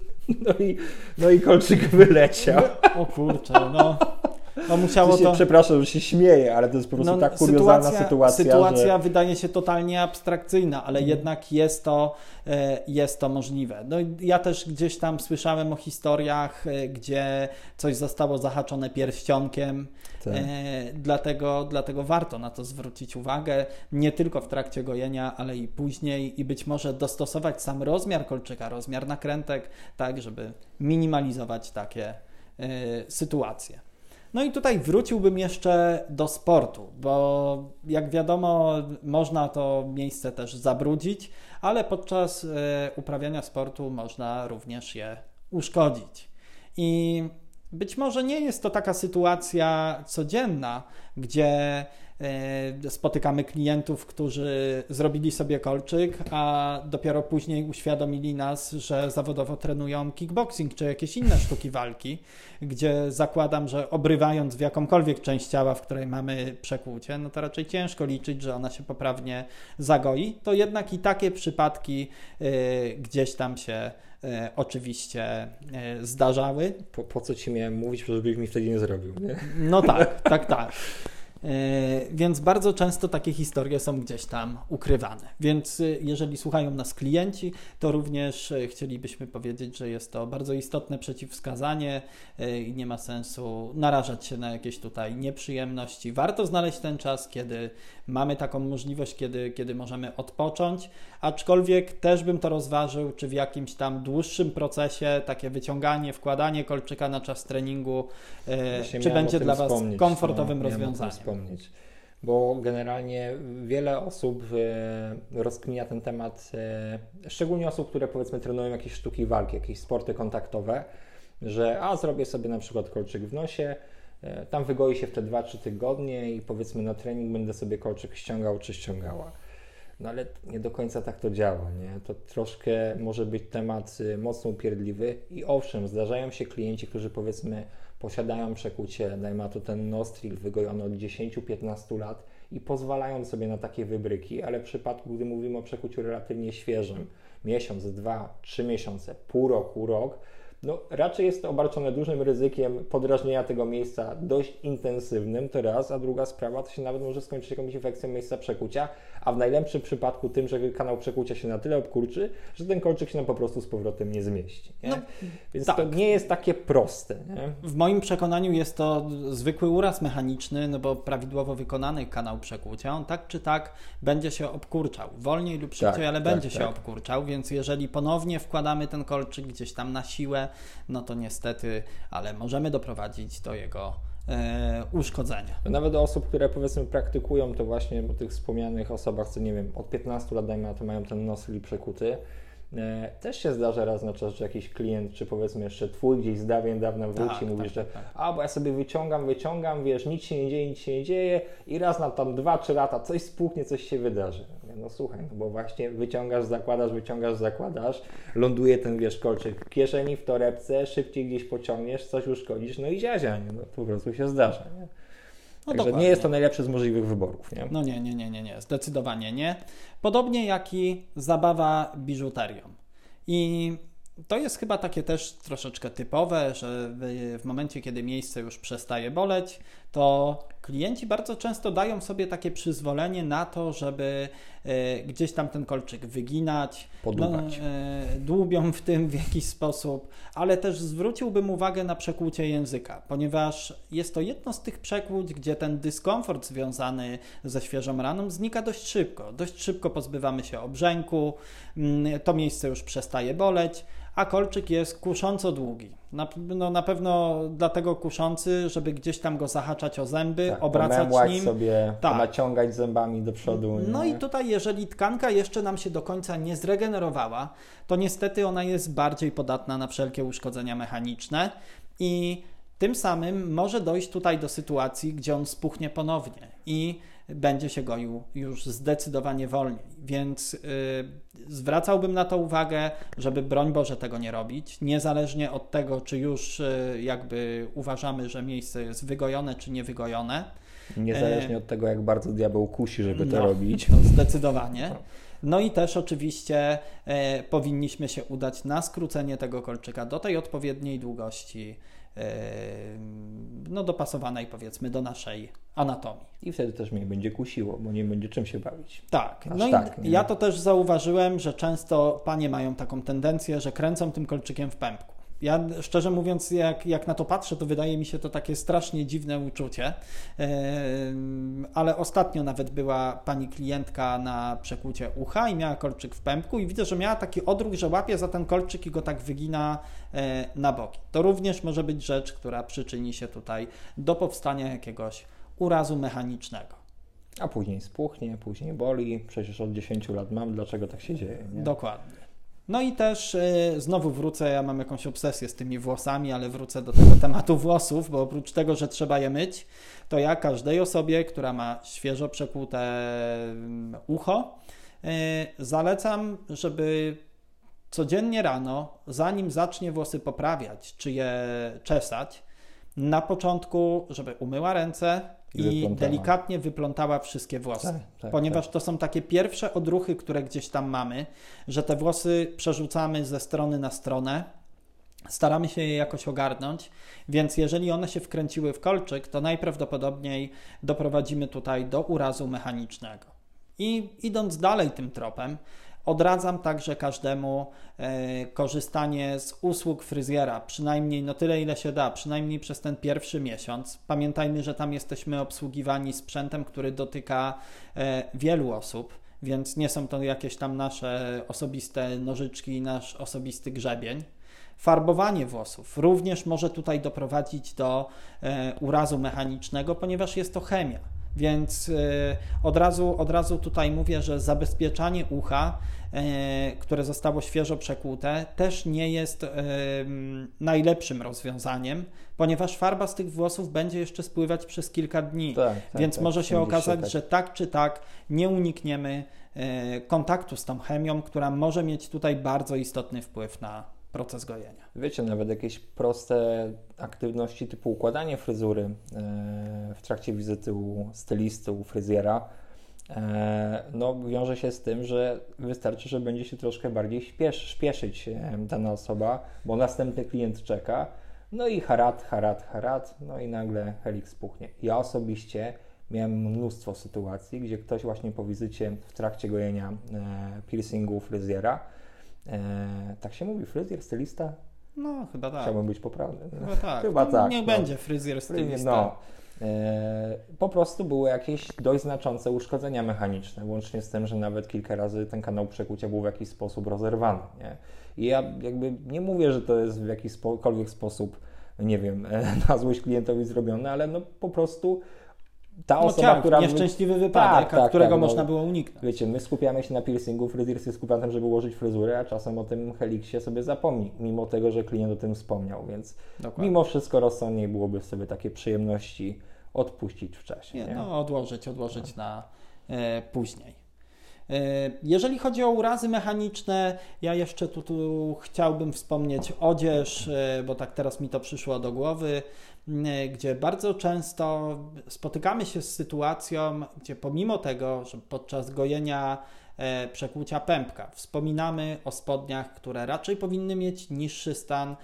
No i kolczyk wyleciał. O kurczę, musiało to... Przepraszam, że się śmieję, ale to jest po prostu tak kuriozalna sytuacja. Sytuacja wydaje się totalnie abstrakcyjna, ale jednak jest to możliwe. Ja też gdzieś tam słyszałem o historiach, gdzie coś zostało zahaczone pierścionkiem, tak. Dlatego warto na to zwrócić uwagę, nie tylko w trakcie gojenia, ale i później i być może dostosować sam rozmiar kolczyka, rozmiar nakrętek, tak żeby minimalizować takie sytuacje. No i tutaj wróciłbym jeszcze do sportu, bo jak wiadomo, można to miejsce też zabrudzić, ale podczas uprawiania sportu można również je uszkodzić. I być może nie jest to taka sytuacja codzienna, gdzie spotykamy klientów, którzy zrobili sobie kolczyk, a dopiero później uświadomili nas, że zawodowo trenują kickboxing czy jakieś inne sztuki walki, gdzie zakładam, że obrywając w jakąkolwiek część ciała, w której mamy przekłucie, no to raczej ciężko liczyć, że ona się poprawnie zagoi. To jednak i takie przypadki gdzieś tam się oczywiście zdarzały. Po co ci miałem mówić, żebyś mi wtedy nie zrobił, nie? No tak. Więc bardzo często takie historie są gdzieś tam ukrywane. Więc jeżeli słuchają nas klienci, to również chcielibyśmy powiedzieć, że jest to bardzo istotne przeciwwskazanie i nie ma sensu narażać się na jakieś tutaj nieprzyjemności. Warto znaleźć ten czas, kiedy mamy taką możliwość, kiedy możemy odpocząć, aczkolwiek też bym to rozważył, czy w jakimś tam dłuższym procesie takie wyciąganie, wkładanie kolczyka na czas treningu, czy będzie dla Was komfortowym rozwiązaniem. Bo generalnie wiele osób rozkminia ten temat, szczególnie osób, które powiedzmy trenują jakieś sztuki walki, jakieś sporty kontaktowe, że zrobię sobie na przykład kolczyk w nosie, tam wygoi się w te 2-3 tygodnie i powiedzmy na trening będę sobie kolczyk ściągał czy ściągała. No ale nie do końca tak to działa, nie? To troszkę może być temat mocno upierdliwy i owszem, zdarzają się klienci, którzy powiedzmy posiadają przekłucie, dajmy na to ten nostril wygojony od 10-15 lat i pozwalają sobie na takie wybryki, ale w przypadku, gdy mówimy o przekłuciu relatywnie świeżym, miesiąc, 2, 3 miesiące, pół roku, rok, no raczej jest to obarczone dużym ryzykiem podrażnienia tego miejsca dość intensywnym, to raz, a druga sprawa to się nawet może skończyć jakąś infekcją miejsca przekłucia, a w najlepszym przypadku tym, że kanał przekłucia się na tyle obkurczy, że ten kolczyk się nam po prostu z powrotem nie zmieści. Nie? No, więc tak. To nie jest takie proste. Nie? W moim przekonaniu jest to zwykły uraz mechaniczny, no bo prawidłowo wykonany kanał przekłucia, on tak czy tak będzie się obkurczał. Wolniej lub szybciej, ale będzie się obkurczał, więc jeżeli ponownie wkładamy ten kolczyk gdzieś tam na siłę, no to niestety, ale możemy doprowadzić do jego uszkodzenia. Nawet do osób, które powiedzmy praktykują to właśnie, bo tych wspomnianych osobach, co nie wiem, od 15 lat dajmy na to mają ten nosyl przekuty, też się zdarza raz na czas, że jakiś klient, czy powiedzmy jeszcze twój gdzieś z dawna wróci i mówi, że bo ja sobie wyciągam, wiesz, nic się nie dzieje i raz na tam 2-3 lata coś spuknie, coś się wydarzy. No słuchaj, no bo właśnie wyciągasz, zakładasz, ląduje ten, wiesz, kolczyk w kieszeni, w torebce, szybciej gdzieś pociągniesz, coś uszkodzisz, no i ziazia, nie? No po prostu się zdarza, nie? No także nie jest to najlepszy z możliwych wyborów, nie? No nie, zdecydowanie nie. Podobnie jak i zabawa biżuterią. I to jest chyba takie też troszeczkę typowe, że w momencie, kiedy miejsce już przestaje boleć, to klienci bardzo często dają sobie takie przyzwolenie na to, żeby gdzieś tam ten kolczyk wyginać, dłubią w tym w jakiś sposób, ale też zwróciłbym uwagę na przekłucie języka, ponieważ jest to jedno z tych przekłuć, gdzie ten dyskomfort związany ze świeżą raną znika dość szybko. Dość szybko pozbywamy się obrzęku, to miejsce już przestaje boleć, a kolczyk jest kusząco długi. Na pewno dlatego kuszący, żeby gdzieś tam go zahaczać o zęby, obracać nim. Sobie, naciągać zębami do przodu. No i tutaj, jeżeli tkanka jeszcze nam się do końca nie zregenerowała, to niestety ona jest bardziej podatna na wszelkie uszkodzenia mechaniczne i tym samym może dojść tutaj do sytuacji, gdzie on spuchnie ponownie i będzie się goił już zdecydowanie wolniej, więc zwracałbym na to uwagę, żeby broń Boże tego nie robić, niezależnie od tego, czy już jakby uważamy, że miejsce jest wygojone, czy niewygojone. Niezależnie od tego, jak bardzo diabeł kusi, żeby to robić. To zdecydowanie. No i też oczywiście powinniśmy się udać na skrócenie tego kolczyka do tej odpowiedniej długości, dopasowanej powiedzmy do naszej anatomii. I wtedy też mnie będzie kusiło, bo nie będzie czym się bawić. Tak. I ja to też zauważyłem, że często panie mają taką tendencję, że kręcą tym kolczykiem w pępku. Ja szczerze mówiąc, jak na to patrzę, to wydaje mi się to takie strasznie dziwne uczucie, ale ostatnio nawet była pani klientka na przekłucie ucha i miała kolczyk w pępku i widzę, że miała taki odruch, że łapie za ten kolczyk i go tak wygina na boki. To również może być rzecz, która przyczyni się tutaj do powstania jakiegoś urazu mechanicznego. A później spuchnie, później boli, przecież od 10 lat mam, dlaczego tak się dzieje? Nie? Dokładnie. No i też znowu wrócę, ja mam jakąś obsesję z tymi włosami, ale wrócę do tego tematu włosów, bo oprócz tego, że trzeba je myć, to ja każdej osobie, która ma świeżo przekłute ucho, zalecam, żeby codziennie rano, zanim zacznie włosy poprawiać, czy je czesać, na początku, żeby umyła ręce i delikatnie wyplątała wszystkie włosy, ponieważ to są takie pierwsze odruchy, które gdzieś tam mamy, że te włosy przerzucamy ze strony na stronę, staramy się je jakoś ogarnąć, więc jeżeli one się wkręciły w kolczyk, to najprawdopodobniej doprowadzimy tutaj do urazu mechanicznego. I idąc dalej tym tropem, odradzam także każdemu korzystanie z usług fryzjera, przynajmniej no tyle, ile się da, przynajmniej przez ten pierwszy miesiąc. Pamiętajmy, że tam jesteśmy obsługiwani sprzętem, który dotyka wielu osób, więc nie są to jakieś tam nasze osobiste nożyczki, nasz osobisty grzebień. Farbowanie włosów również może tutaj doprowadzić do urazu mechanicznego, ponieważ jest to chemia. Więc od razu tutaj mówię, że zabezpieczanie ucha, które zostało świeżo przekłute, też nie jest najlepszym rozwiązaniem, ponieważ farba z tych włosów będzie jeszcze spływać przez kilka dni. Więc może się okazać, że tak czy tak nie unikniemy kontaktu z tą chemią, która może mieć tutaj bardzo istotny wpływ na proces gojenia. Wiecie, nawet jakieś proste aktywności typu układanie fryzury w trakcie wizyty u stylisty, u fryzjera, no wiąże się z tym, że wystarczy, że będzie się troszkę bardziej śpieszyć dana osoba, bo następny klient czeka, no i harat, no i nagle helik spuchnie. Ja osobiście miałem mnóstwo sytuacji, gdzie ktoś właśnie po wizycie w trakcie gojenia piercingu fryzjera, tak się mówi, fryzjer, stylista? No, chyba tak. Chciałbym być poprawny. Chyba tak. Niech będzie fryzjer, stylista. No, po prostu były jakieś dość znaczące uszkodzenia mechaniczne, łącznie z tym, że nawet kilka razy ten kanał przekłucia był w jakiś sposób rozerwany. Nie? I ja jakby nie mówię, że to jest w jakikolwiek sposób, nie wiem, na złość klientowi zrobione, ale no po prostu ta osoba, która... nieszczęśliwy wypadek, którego można było uniknąć. Wiecie, my skupiamy się na piercingu, fryzjer się skupia na tym, żeby ułożyć fryzurę, a czasem o tym heliksie sobie zapomni, mimo tego, że klient o tym wspomniał, więc mimo wszystko rozsądniej byłoby sobie takie przyjemności odpuścić w czasie. Nie? No, odłożyć na później. Jeżeli chodzi o urazy mechaniczne, ja jeszcze tu chciałbym wspomnieć odzież, bo tak teraz mi to przyszło do głowy, gdzie bardzo często spotykamy się z sytuacją, gdzie pomimo tego, że podczas gojenia przekłucia pępka wspominamy o spodniach, które raczej powinny mieć niższy stan,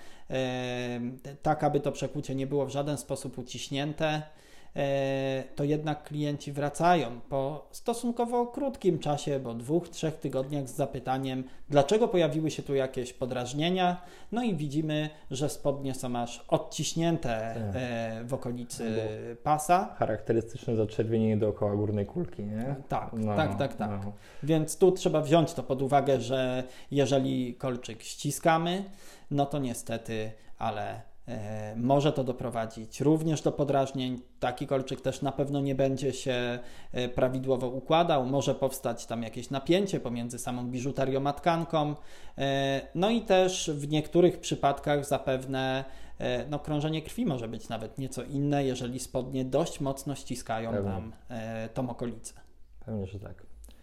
tak aby to przekłucie nie było w żaden sposób uciśnięte, to jednak klienci wracają po stosunkowo krótkim czasie, bo 2-3 tygodniach z zapytaniem, dlaczego pojawiły się tu jakieś podrażnienia, no i widzimy, że spodnie są aż odciśnięte w okolicy pasa. Charakterystyczne zaczerwienienie dookoła górnej kulki, nie? Tak. No. Więc tu trzeba wziąć to pod uwagę, że jeżeli kolczyk ściskamy, no to niestety, ale może to doprowadzić również do podrażnień. Taki kolczyk też na pewno nie będzie się prawidłowo układał. Może powstać tam jakieś napięcie pomiędzy samą biżuterią a tkanką. No i też w niektórych przypadkach zapewne krążenie krwi może być nawet nieco inne, jeżeli spodnie dość mocno ściskają tam tą okolicę. Pewnie, że tak.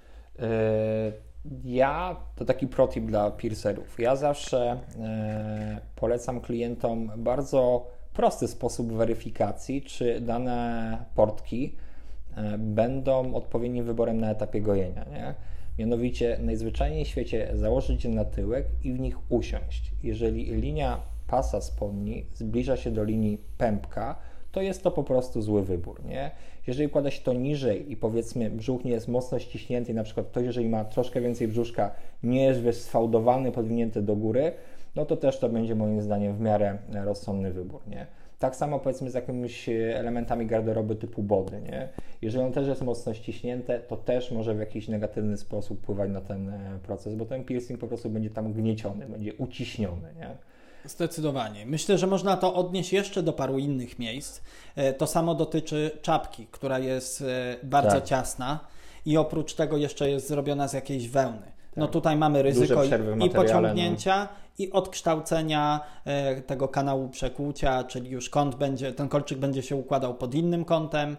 To taki protip dla piercerów. Ja zawsze polecam klientom bardzo prosty sposób weryfikacji, czy dane portki będą odpowiednim wyborem na etapie gojenia. Nie? Mianowicie najzwyczajniej w świecie założyć je na tyłek i w nich usiąść. Jeżeli linia pasa spodni zbliża się do linii pępka, to jest to po prostu zły wybór. Nie? Jeżeli układa się to niżej i powiedzmy brzuch nie jest mocno ściśnięty, na przykład ktoś, jeżeli ma troszkę więcej brzuszka, nie jest sfałdowany, podwinięty do góry, no to też to będzie moim zdaniem w miarę rozsądny wybór, nie? Tak samo powiedzmy z jakimiś elementami garderoby typu body, nie? Jeżeli on też jest mocno ściśnięte, to też może w jakiś negatywny sposób wpływać na ten proces, bo ten piercing po prostu będzie tam gnieciony, będzie uciśniony, nie? Zdecydowanie. Myślę, że można to odnieść jeszcze do paru innych miejsc. To samo dotyczy czapki, która jest bardzo ciasna i oprócz tego jeszcze jest zrobiona z jakiejś wełny. No tutaj mamy ryzyko i pociągnięcia, i odkształcenia tego kanału przekłucia, czyli już ten kolczyk będzie się układał pod innym kątem,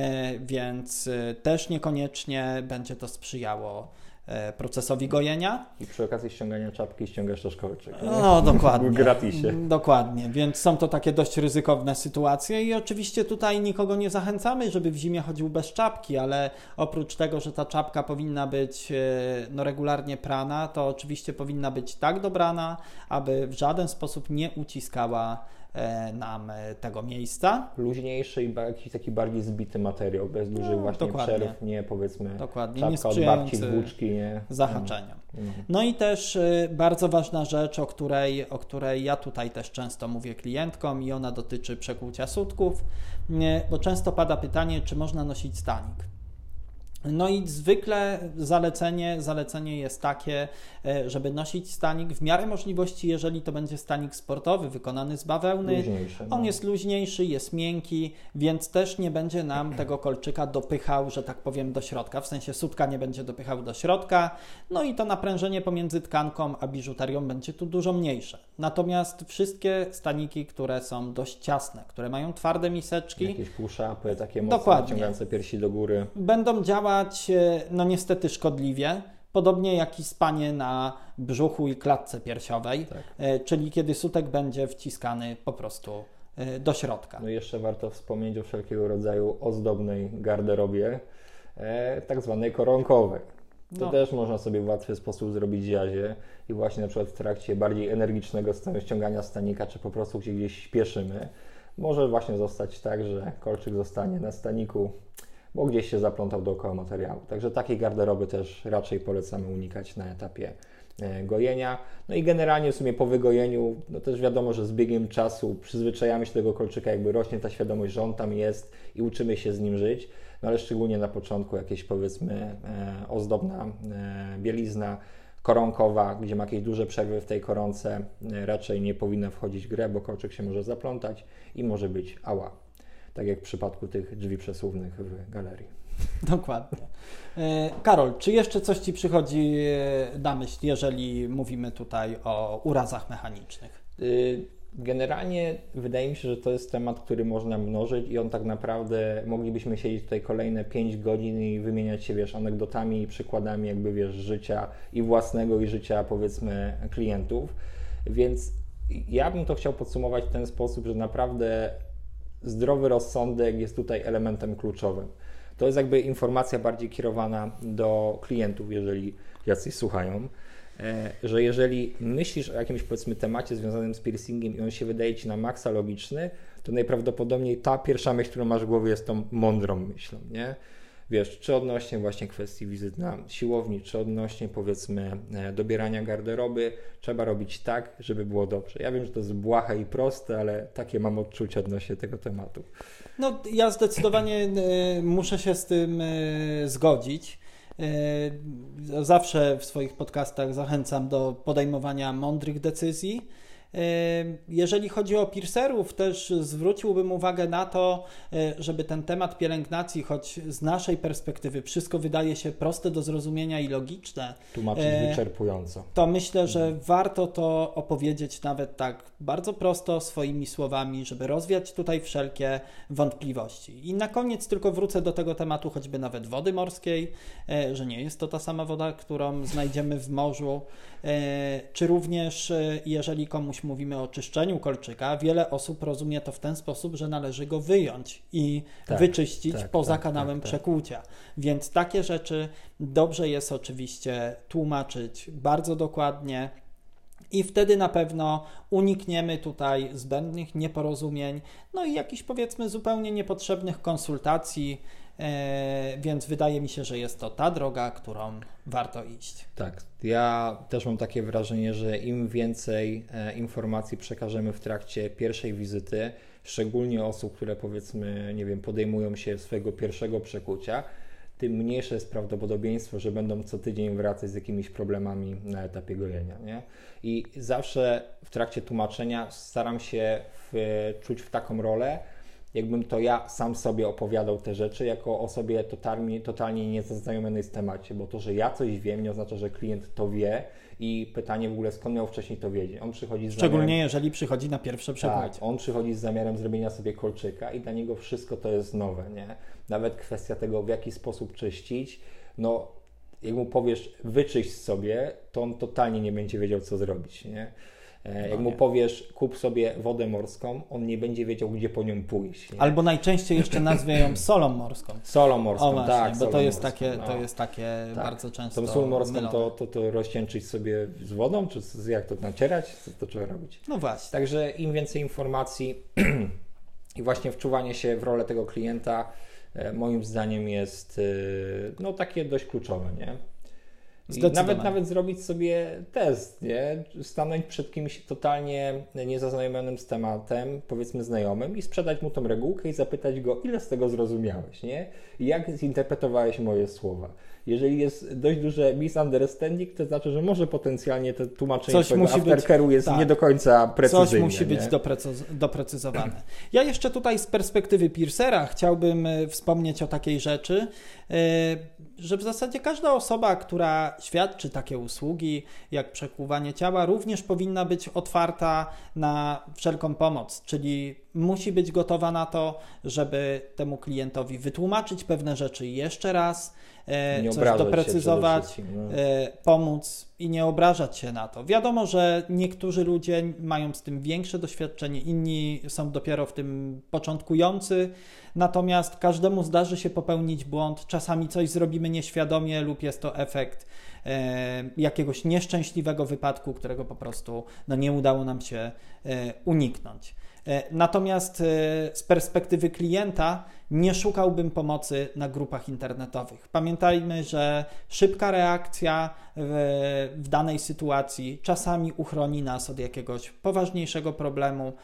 więc też niekoniecznie będzie to sprzyjało procesowi gojenia. I przy okazji ściągania czapki ściągasz też kolczyk. No dokładnie. W gratisie. Dokładnie, więc są to takie dość ryzykowne sytuacje i oczywiście tutaj nikogo nie zachęcamy, żeby w zimie chodził bez czapki, ale oprócz tego, że ta czapka powinna być regularnie prana, to oczywiście powinna być tak dobrana, aby w żaden sposób nie uciskała nam tego miejsca. Luźniejszy i jakiś taki bardziej zbity materiał, bez dużych właśnie przerw, nie powiedzmy czapka od babci, włóczki, nie? Zahaczenia. No i też bardzo ważna rzecz, o której ja tutaj też często mówię klientkom i ona dotyczy przekłucia sutków, bo często pada pytanie, czy można nosić stanik. No i zwykle zalecenie jest takie, żeby nosić stanik w miarę możliwości, jeżeli to będzie stanik sportowy, wykonany z bawełny. On jest luźniejszy, jest miękki, więc też nie będzie nam tego kolczyka dopychał, że tak powiem, do środka. W sensie sutka nie będzie dopychał do środka. No i to naprężenie pomiędzy tkanką a biżuterią będzie tu dużo mniejsze. Natomiast wszystkie staniki, które są dość ciasne, które mają twarde miseczki. Jakieś push-upy, takie mocno naciągające piersi do góry. Będą działać no niestety szkodliwie, podobnie jak i spanie na brzuchu i klatce piersiowej, czyli kiedy sutek będzie wciskany po prostu do środka. No i jeszcze warto wspomnieć o wszelkiego rodzaju ozdobnej garderobie, tak zwanej koronkowej. To też można sobie w łatwy sposób zrobić w jazie i właśnie na przykład w trakcie bardziej energicznego ściągania stanika, czy po prostu gdzieś śpieszymy, może właśnie zostać tak, że kolczyk zostanie na staniku, bo gdzieś się zaplątał dookoła materiału. Także takiej garderoby też raczej polecamy unikać na etapie gojenia. No i generalnie w sumie po wygojeniu, no też wiadomo, że z biegiem czasu przyzwyczajamy się do tego kolczyka, jakby rośnie ta świadomość, że on tam jest i uczymy się z nim żyć, no ale szczególnie na początku jakieś powiedzmy ozdobna bielizna koronkowa, gdzie ma jakieś duże przerwy w tej koronce, raczej nie powinna wchodzić w grę, bo kolczyk się może zaplątać i może być ała. Tak jak w przypadku tych drzwi przesuwnych w galerii. Dokładnie. Karol, czy jeszcze coś Ci przychodzi na myśl, jeżeli mówimy tutaj o urazach mechanicznych? Generalnie wydaje mi się, że to jest temat, który można mnożyć i on tak naprawdę, moglibyśmy siedzieć tutaj kolejne 5 godzin i wymieniać się, anegdotami i przykładami jakby, życia i własnego i życia, powiedzmy, klientów. Więc ja bym to chciał podsumować w ten sposób, że naprawdę zdrowy rozsądek jest tutaj elementem kluczowym. To jest jakby informacja bardziej kierowana do klientów, jeżeli jacyś słuchają, że jeżeli myślisz o jakimś, powiedzmy, temacie związanym z piercingiem i on się wydaje Ci na maksa logiczny, to najprawdopodobniej ta pierwsza myśl, którą masz w głowie, jest tą mądrą myślą, nie? Wiesz, czy odnośnie właśnie kwestii wizyt na siłowni, czy odnośnie, powiedzmy, dobierania garderoby, trzeba robić tak, żeby było dobrze. Ja wiem, że to jest błahe i proste, ale takie mam odczucia odnośnie tego tematu. No, ja zdecydowanie muszę się z tym zgodzić. Zawsze w swoich podcastach zachęcam do podejmowania mądrych decyzji. Jeżeli chodzi o piercerów, też zwróciłbym uwagę na to, żeby ten temat pielęgnacji, choć z naszej perspektywy wszystko wydaje się proste do zrozumienia i logiczne, tłumaczyć wyczerpująco. To myślę, że warto to opowiedzieć nawet tak bardzo prosto, swoimi słowami, żeby rozwiać tutaj wszelkie wątpliwości. I na koniec tylko wrócę do tego tematu choćby nawet wody morskiej, że nie jest to ta sama woda, którą znajdziemy w morzu, czy również jeżeli komuś mówimy o czyszczeniu kolczyka, wiele osób rozumie to w ten sposób, że należy go wyjąć i wyczyścić poza kanałem przekłucia. Więc takie rzeczy dobrze jest oczywiście tłumaczyć bardzo dokładnie i wtedy na pewno unikniemy tutaj zbędnych nieporozumień, no i jakichś, powiedzmy, zupełnie niepotrzebnych konsultacji, więc wydaje mi się, że jest to ta droga, którą warto iść. Tak, ja też mam takie wrażenie, że im więcej informacji przekażemy w trakcie pierwszej wizyty, szczególnie osób, które powiedzmy, nie wiem, podejmują się swojego pierwszego przekucia, tym mniejsze jest prawdopodobieństwo, że będą co tydzień wracać z jakimiś problemami na etapie gojenia, nie? I zawsze w trakcie tłumaczenia staram się czuć w taką rolę, jakbym to ja sam sobie opowiadał te rzeczy jako osobie totalnie niezaznajomionej z temacie, bo to, że ja coś wiem, nie oznacza, że klient to wie i pytanie w ogóle, skąd miał wcześniej to wiedzieć. On przychodzi z Szczególnie zamiarem, jeżeli przychodzi na pierwsze przekucie. tak, on przychodzi z zamiarem zrobienia sobie kolczyka i dla niego wszystko to jest nowe, nie? Nawet kwestia tego, w jaki sposób czyścić, no jak mu powiesz, wyczyść sobie, to on totalnie nie będzie wiedział, co zrobić, nie? Jak mu powiesz, kup sobie wodę morską, on nie będzie wiedział, gdzie po nią pójść. Nie? Albo najczęściej jeszcze nazwie ją solą morską. Solą morską, o właśnie, tak. Bo to jest, morską, takie tak. bardzo często tą sól morską mylone. to rozcieńczyć sobie z wodą, czy jak to nacierać, co to trzeba robić. No właśnie. Także im więcej informacji i właśnie wczuwanie się w rolę tego klienta, moim zdaniem jest no takie dość kluczowe, nie? I nawet zrobić sobie test, nie? Stanąć przed kimś totalnie niezaznajomionym z tematem, powiedzmy znajomym i sprzedać mu tą regułkę i zapytać go, ile z tego zrozumiałeś, nie? I jak zinterpretowałeś moje słowa. Jeżeli jest dość duże misunderstanding, to znaczy, że może potencjalnie to tłumaczenie twojego aftercare'u jest nie do końca precyzyjne. Coś musi być doprecyzowane. Ja jeszcze tutaj z perspektywy piercera chciałbym wspomnieć o takiej rzeczy, że w zasadzie każda osoba, która świadczy takie usługi jak przekłuwanie ciała, również powinna być otwarta na wszelką pomoc, czyli musi być gotowa na to, żeby temu klientowi wytłumaczyć pewne rzeczy jeszcze raz, coś doprecyzować, pomóc i nie obrażać się na to. Wiadomo, że niektórzy ludzie mają z tym większe doświadczenie, inni są dopiero w tym początkujący, natomiast każdemu zdarzy się popełnić błąd, czasami coś zrobimy nieświadomie lub jest to efekt jakiegoś nieszczęśliwego wypadku, którego po prostu nie udało nam się uniknąć. Natomiast z perspektywy klienta nie szukałbym pomocy na grupach internetowych. Pamiętajmy, że szybka reakcja w danej sytuacji czasami uchroni nas od jakiegoś poważniejszego problemu,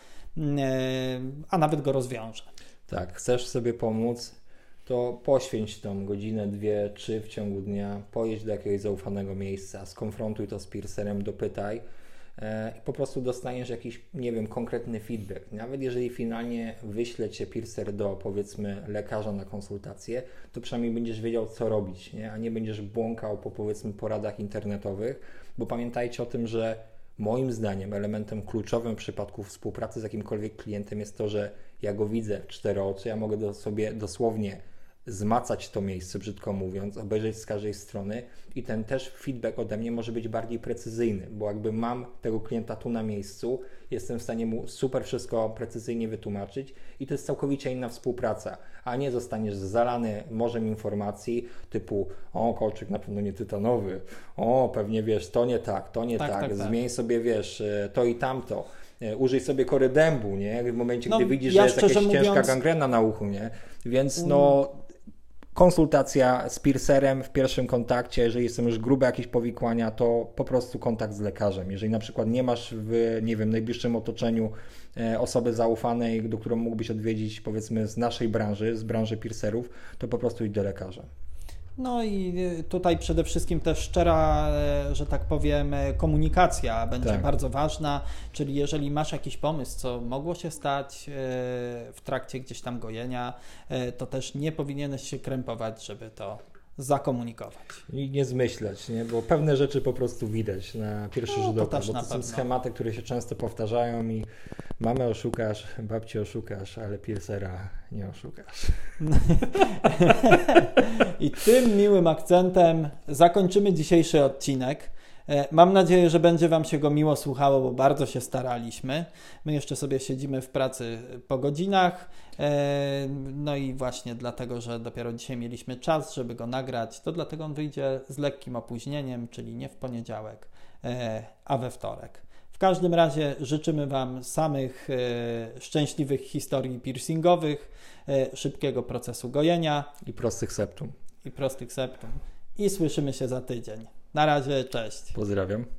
a nawet go rozwiąże. Tak, chcesz sobie pomóc, to poświęć tą godzinę, 2, 3 w ciągu dnia, pojedź do jakiegoś zaufanego miejsca, skonfrontuj to z piercerem, dopytaj i po prostu dostaniesz jakiś, nie wiem, konkretny feedback. Nawet jeżeli finalnie wyśle Cię piercer do, powiedzmy, lekarza na konsultację, to przynajmniej będziesz wiedział, co robić, nie? A nie będziesz błąkał po, powiedzmy, poradach internetowych, bo pamiętajcie o tym, że moim zdaniem elementem kluczowym w przypadku współpracy z jakimkolwiek klientem jest to, że ja go widzę w 4 oczy, ja mogę sobie dosłownie zmacać to miejsce, brzydko mówiąc, obejrzeć z każdej strony i ten też feedback ode mnie może być bardziej precyzyjny, bo jakby mam tego klienta tu na miejscu, jestem w stanie mu super wszystko precyzyjnie wytłumaczyć i to jest całkowicie inna współpraca, a nie zostaniesz zalany morzem informacji typu o, kolczyk na pewno nie tytanowy, o, pewnie wiesz, to nie tak, zmień sobie, wiesz, to i tamto. Użyj sobie kory dębu, nie? W momencie, gdy widzisz, że jest jakaś ciężka gangrena na uchu, nie? Więc konsultacja z piercerem w pierwszym kontakcie, jeżeli są już grube jakieś powikłania, to po prostu kontakt z lekarzem. Jeżeli na przykład nie masz w, nie wiem, najbliższym otoczeniu osoby zaufanej, do którą mógłbyś odwiedzić, powiedzmy, z naszej branży, z branży piercerów, to po prostu idź do lekarza. No i tutaj przede wszystkim też szczera, że tak powiem, komunikacja będzie bardzo ważna, czyli jeżeli masz jakiś pomysł, co mogło się stać w trakcie gdzieś tam gojenia, to też nie powinieneś się krępować, żeby to zakomunikować. I nie zmyślać, nie? Bo pewne rzeczy po prostu widać na pierwszy rzut oka, bo to są schematy, które się często powtarzają i mamę oszukasz, babcię oszukasz, ale piercera nie oszukasz. I tym miłym akcentem zakończymy dzisiejszy odcinek. Mam nadzieję, że będzie Wam się go miło słuchało, bo bardzo się staraliśmy. My jeszcze sobie siedzimy w pracy po godzinach, no i właśnie dlatego, że dopiero dzisiaj mieliśmy czas, żeby go nagrać, to dlatego on wyjdzie z lekkim opóźnieniem, czyli nie w poniedziałek, a we wtorek. W W każdym razie życzymy Wam samych szczęśliwych historii piercingowych, szybkiego procesu gojenia i prostych septum. I słyszymy się za tydzień. Na razie, cześć. Pozdrawiam.